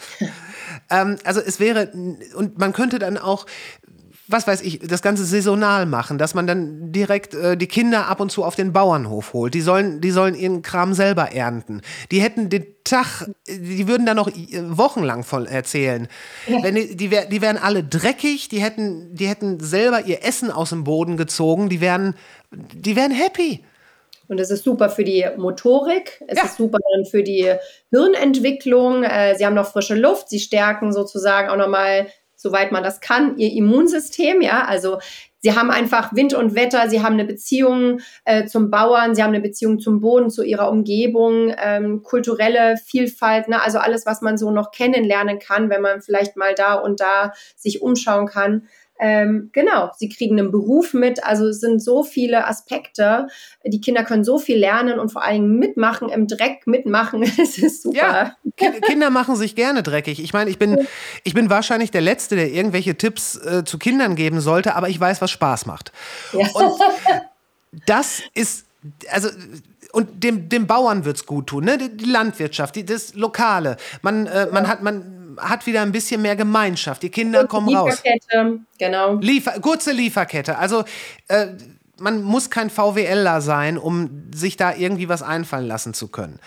[SPEAKER 1] ähm, also es wäre, und man könnte dann auch, was weiß ich, das Ganze saisonal machen, dass man dann direkt äh, die Kinder ab und zu auf den Bauernhof holt. Die sollen, die sollen ihren Kram selber ernten. Die hätten den Tag, die würden da noch wochenlang voll erzählen. Ja. Wenn die, die, wär, die wären alle dreckig, die hätten, die hätten selber ihr Essen aus dem Boden gezogen, die wären, die wären happy.
[SPEAKER 3] Und es ist super für die Motorik, es
[SPEAKER 1] ja.
[SPEAKER 3] ist super dann für die Hirnentwicklung. Äh, sie haben noch frische Luft, sie stärken sozusagen auch nochmal, soweit man das kann, ihr Immunsystem, ja, also sie haben einfach Wind und Wetter, sie haben eine Beziehung äh, zum Bauern, sie haben eine Beziehung zum Boden, zu ihrer Umgebung, ähm, kulturelle Vielfalt, ne? Also alles, was man so noch kennenlernen kann, wenn man vielleicht mal da und da sich umschauen kann. Ähm, genau, sie kriegen einen Beruf mit, also es sind so viele Aspekte, die Kinder können so viel lernen und vor allem mitmachen, im Dreck mitmachen, es ist super.
[SPEAKER 1] Ja, Ki- Kinder machen sich gerne dreckig. Ich meine, ich bin, ich bin wahrscheinlich der Letzte, der irgendwelche Tipps äh, zu Kindern geben sollte, aber ich weiß, was Spaß macht.
[SPEAKER 3] Ja.
[SPEAKER 1] Und das ist, also... Und dem, dem Bauern wird's gut tun, ne? Die Landwirtschaft, die, das Lokale. Man, äh, man, hat, man hat wieder ein bisschen mehr Gemeinschaft. Die Kinder
[SPEAKER 3] und
[SPEAKER 1] kommen
[SPEAKER 3] Lieferkette,
[SPEAKER 1] raus.
[SPEAKER 3] Genau.
[SPEAKER 1] Liefer, kurze Lieferkette. Also äh, man muss kein VWLer sein, um sich da irgendwie was einfallen lassen zu können.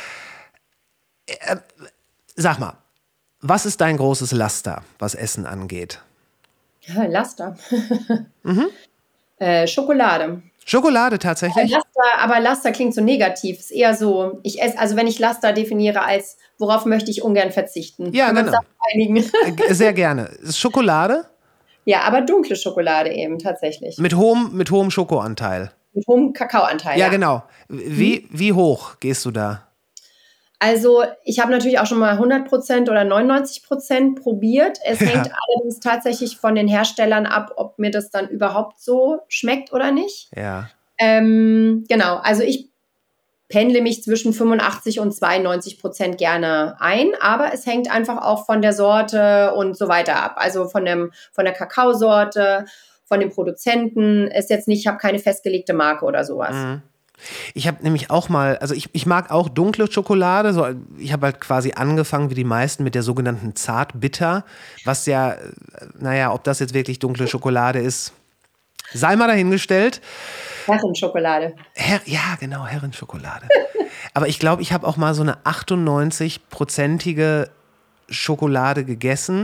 [SPEAKER 1] Äh, sag mal, was ist dein großes Laster, was Essen angeht?
[SPEAKER 3] Ja, Laster. mhm. äh, Schokolade.
[SPEAKER 1] Schokolade tatsächlich?
[SPEAKER 3] Ja, Laster, aber Laster klingt so negativ. Ist eher so, ich esse, also wenn ich Laster definiere als, worauf möchte ich ungern verzichten.
[SPEAKER 1] Ja,
[SPEAKER 3] Können
[SPEAKER 1] genau.
[SPEAKER 3] Wir uns darauf einigen?
[SPEAKER 1] Sehr gerne. Ist Schokolade?
[SPEAKER 3] Ja, aber dunkle Schokolade eben tatsächlich.
[SPEAKER 1] Mit hohem, mit hohem Schokoanteil.
[SPEAKER 3] Mit hohem Kakaoanteil.
[SPEAKER 1] Ja,
[SPEAKER 3] ja.
[SPEAKER 1] genau. Wie, hm. wie hoch gehst du da?
[SPEAKER 3] Also ich habe natürlich auch schon mal hundert Prozent oder neunundneunzig Prozent probiert. Es ja. hängt allerdings tatsächlich von den Herstellern ab, ob mir das dann überhaupt so schmeckt oder nicht.
[SPEAKER 1] Ja.
[SPEAKER 3] Ähm, genau, also ich pendle mich zwischen fünfundachtzig und zweiundneunzig Prozent gerne ein, aber es hängt einfach auch von der Sorte und so weiter ab. Also von, dem, von der Kakaosorte, von dem Produzenten. Ist jetzt nicht, ich habe keine festgelegte Marke oder sowas. Mhm.
[SPEAKER 1] Ich habe nämlich auch mal, also ich, ich mag auch dunkle Schokolade. So, ich habe halt quasi angefangen, wie die meisten, mit der sogenannten Zartbitter, was ja, naja, ob das jetzt wirklich dunkle Schokolade ist, sei mal dahingestellt.
[SPEAKER 3] Herrenschokolade.
[SPEAKER 1] Her- ja, genau, Herrenschokolade. Aber ich glaube, ich habe auch mal so eine achtundneunzig-prozentige Schokolade gegessen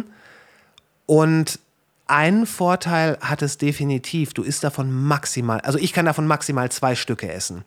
[SPEAKER 1] und einen Vorteil hat es definitiv, du isst davon maximal, also ich kann davon maximal zwei Stücke essen.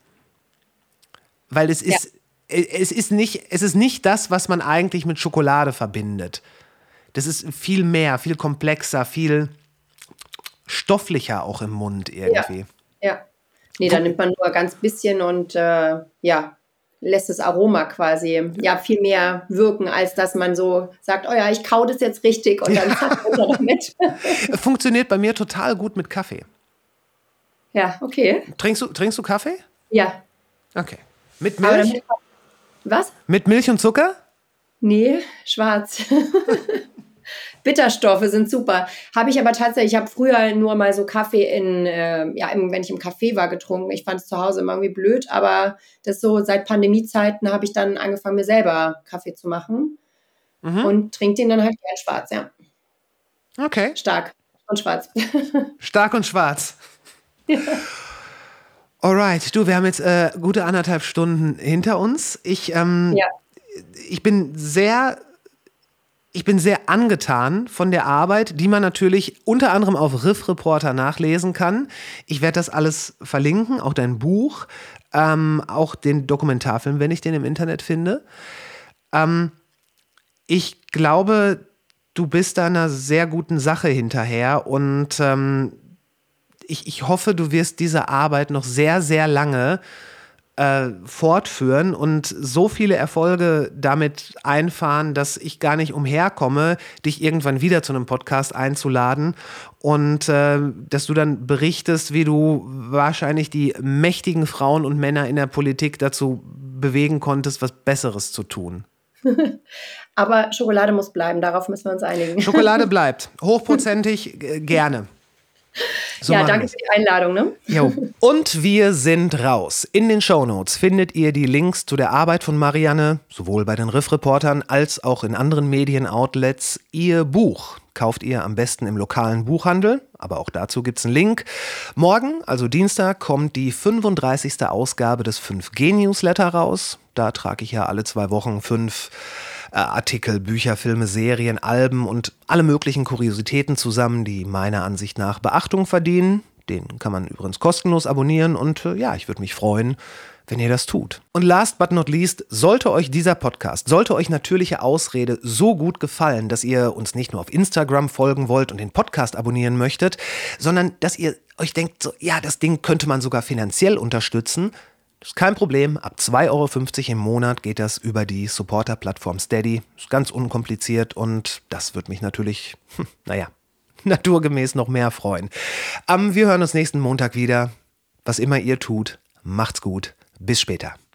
[SPEAKER 1] Weil es ist, ja. es ist nicht, es ist nicht das, was man eigentlich mit Schokolade verbindet. Das ist viel mehr, viel komplexer, viel stofflicher auch im Mund irgendwie.
[SPEAKER 3] Ja, ja. Nee, da nimmt man nur ganz bisschen und äh, ja, lässt das Aroma quasi ja viel mehr wirken, als dass man so sagt, oh ja, ich kau das jetzt richtig und dann zack, runter damit.
[SPEAKER 1] Funktioniert bei mir total gut mit Kaffee.
[SPEAKER 3] Ja, okay.
[SPEAKER 1] Trinkst du, trinkst du Kaffee?
[SPEAKER 3] Ja.
[SPEAKER 1] Okay. Mit Milch?
[SPEAKER 3] Damit, was?
[SPEAKER 1] Mit Milch und Zucker?
[SPEAKER 3] Nee, schwarz. Bitterstoffe sind super. Habe ich aber tatsächlich, ich habe früher nur mal so Kaffee in, äh, ja, im, wenn ich im Café war, getrunken. Ich fand es zu Hause immer irgendwie blöd, aber das so seit Pandemiezeiten habe ich dann angefangen, mir selber Kaffee zu machen mhm. und trinke den dann halt gern schwarz, ja.
[SPEAKER 1] Okay.
[SPEAKER 3] Stark und schwarz.
[SPEAKER 1] Stark und schwarz. Ja. Alright, du, wir haben jetzt äh, gute anderthalb Stunden hinter uns. Ich, ähm, ja. ich bin sehr... Ich bin sehr angetan von der Arbeit, die man natürlich unter anderem auf Riff Reporter nachlesen kann. Ich werde das alles verlinken, auch dein Buch, ähm, auch den Dokumentarfilm, wenn ich den im Internet finde. Ähm, ich glaube, du bist da einer sehr guten Sache hinterher und ähm, ich, ich hoffe, du wirst diese Arbeit noch sehr, sehr lange äh, fortführen und so viele Erfolge damit einfahren, dass ich gar nicht umherkomme, dich irgendwann wieder zu einem Podcast einzuladen und äh, dass du dann berichtest, wie du wahrscheinlich die mächtigen Frauen und Männer in der Politik dazu bewegen konntest, was Besseres zu tun.
[SPEAKER 3] Aber Schokolade muss bleiben, darauf müssen wir uns einigen.
[SPEAKER 1] Schokolade bleibt. Hochprozentig, äh, gerne. So
[SPEAKER 3] ja, danke für die Einladung. Ne?
[SPEAKER 1] Jo. Und wir sind raus. In den Shownotes findet ihr die Links zu der Arbeit von Marianne, sowohl bei den Riff-Reportern als auch in anderen Medienoutlets. Ihr Buch kauft ihr am besten im lokalen Buchhandel, aber auch dazu gibt's einen Link. Morgen, also Dienstag, kommt die fünfunddreißigste Ausgabe des fünf G Newsletter raus. Da trage ich ja alle zwei Wochen fünf äh, Artikel, Bücher, Filme, Serien, Alben und alle möglichen Kuriositäten zusammen, die meiner Ansicht nach Beachtung verdienen. Den kann man übrigens kostenlos abonnieren und äh, ja, ich würde mich freuen, wenn ihr das tut. Und last but not least, sollte euch dieser Podcast, sollte euch Natürliche Ausrede so gut gefallen, dass ihr uns nicht nur auf Instagram folgen wollt und den Podcast abonnieren möchtet, sondern dass ihr euch denkt, so, ja, das Ding könnte man sogar finanziell unterstützen, das ist kein Problem. Ab zwei Euro fünfzig im Monat geht das über die Supporter-Plattform Steady. Ist ganz unkompliziert und das wird mich natürlich, hm, naja, naturgemäß noch mehr freuen. Um, wir hören uns nächsten Montag wieder. Was immer ihr tut, macht's gut. Bis später.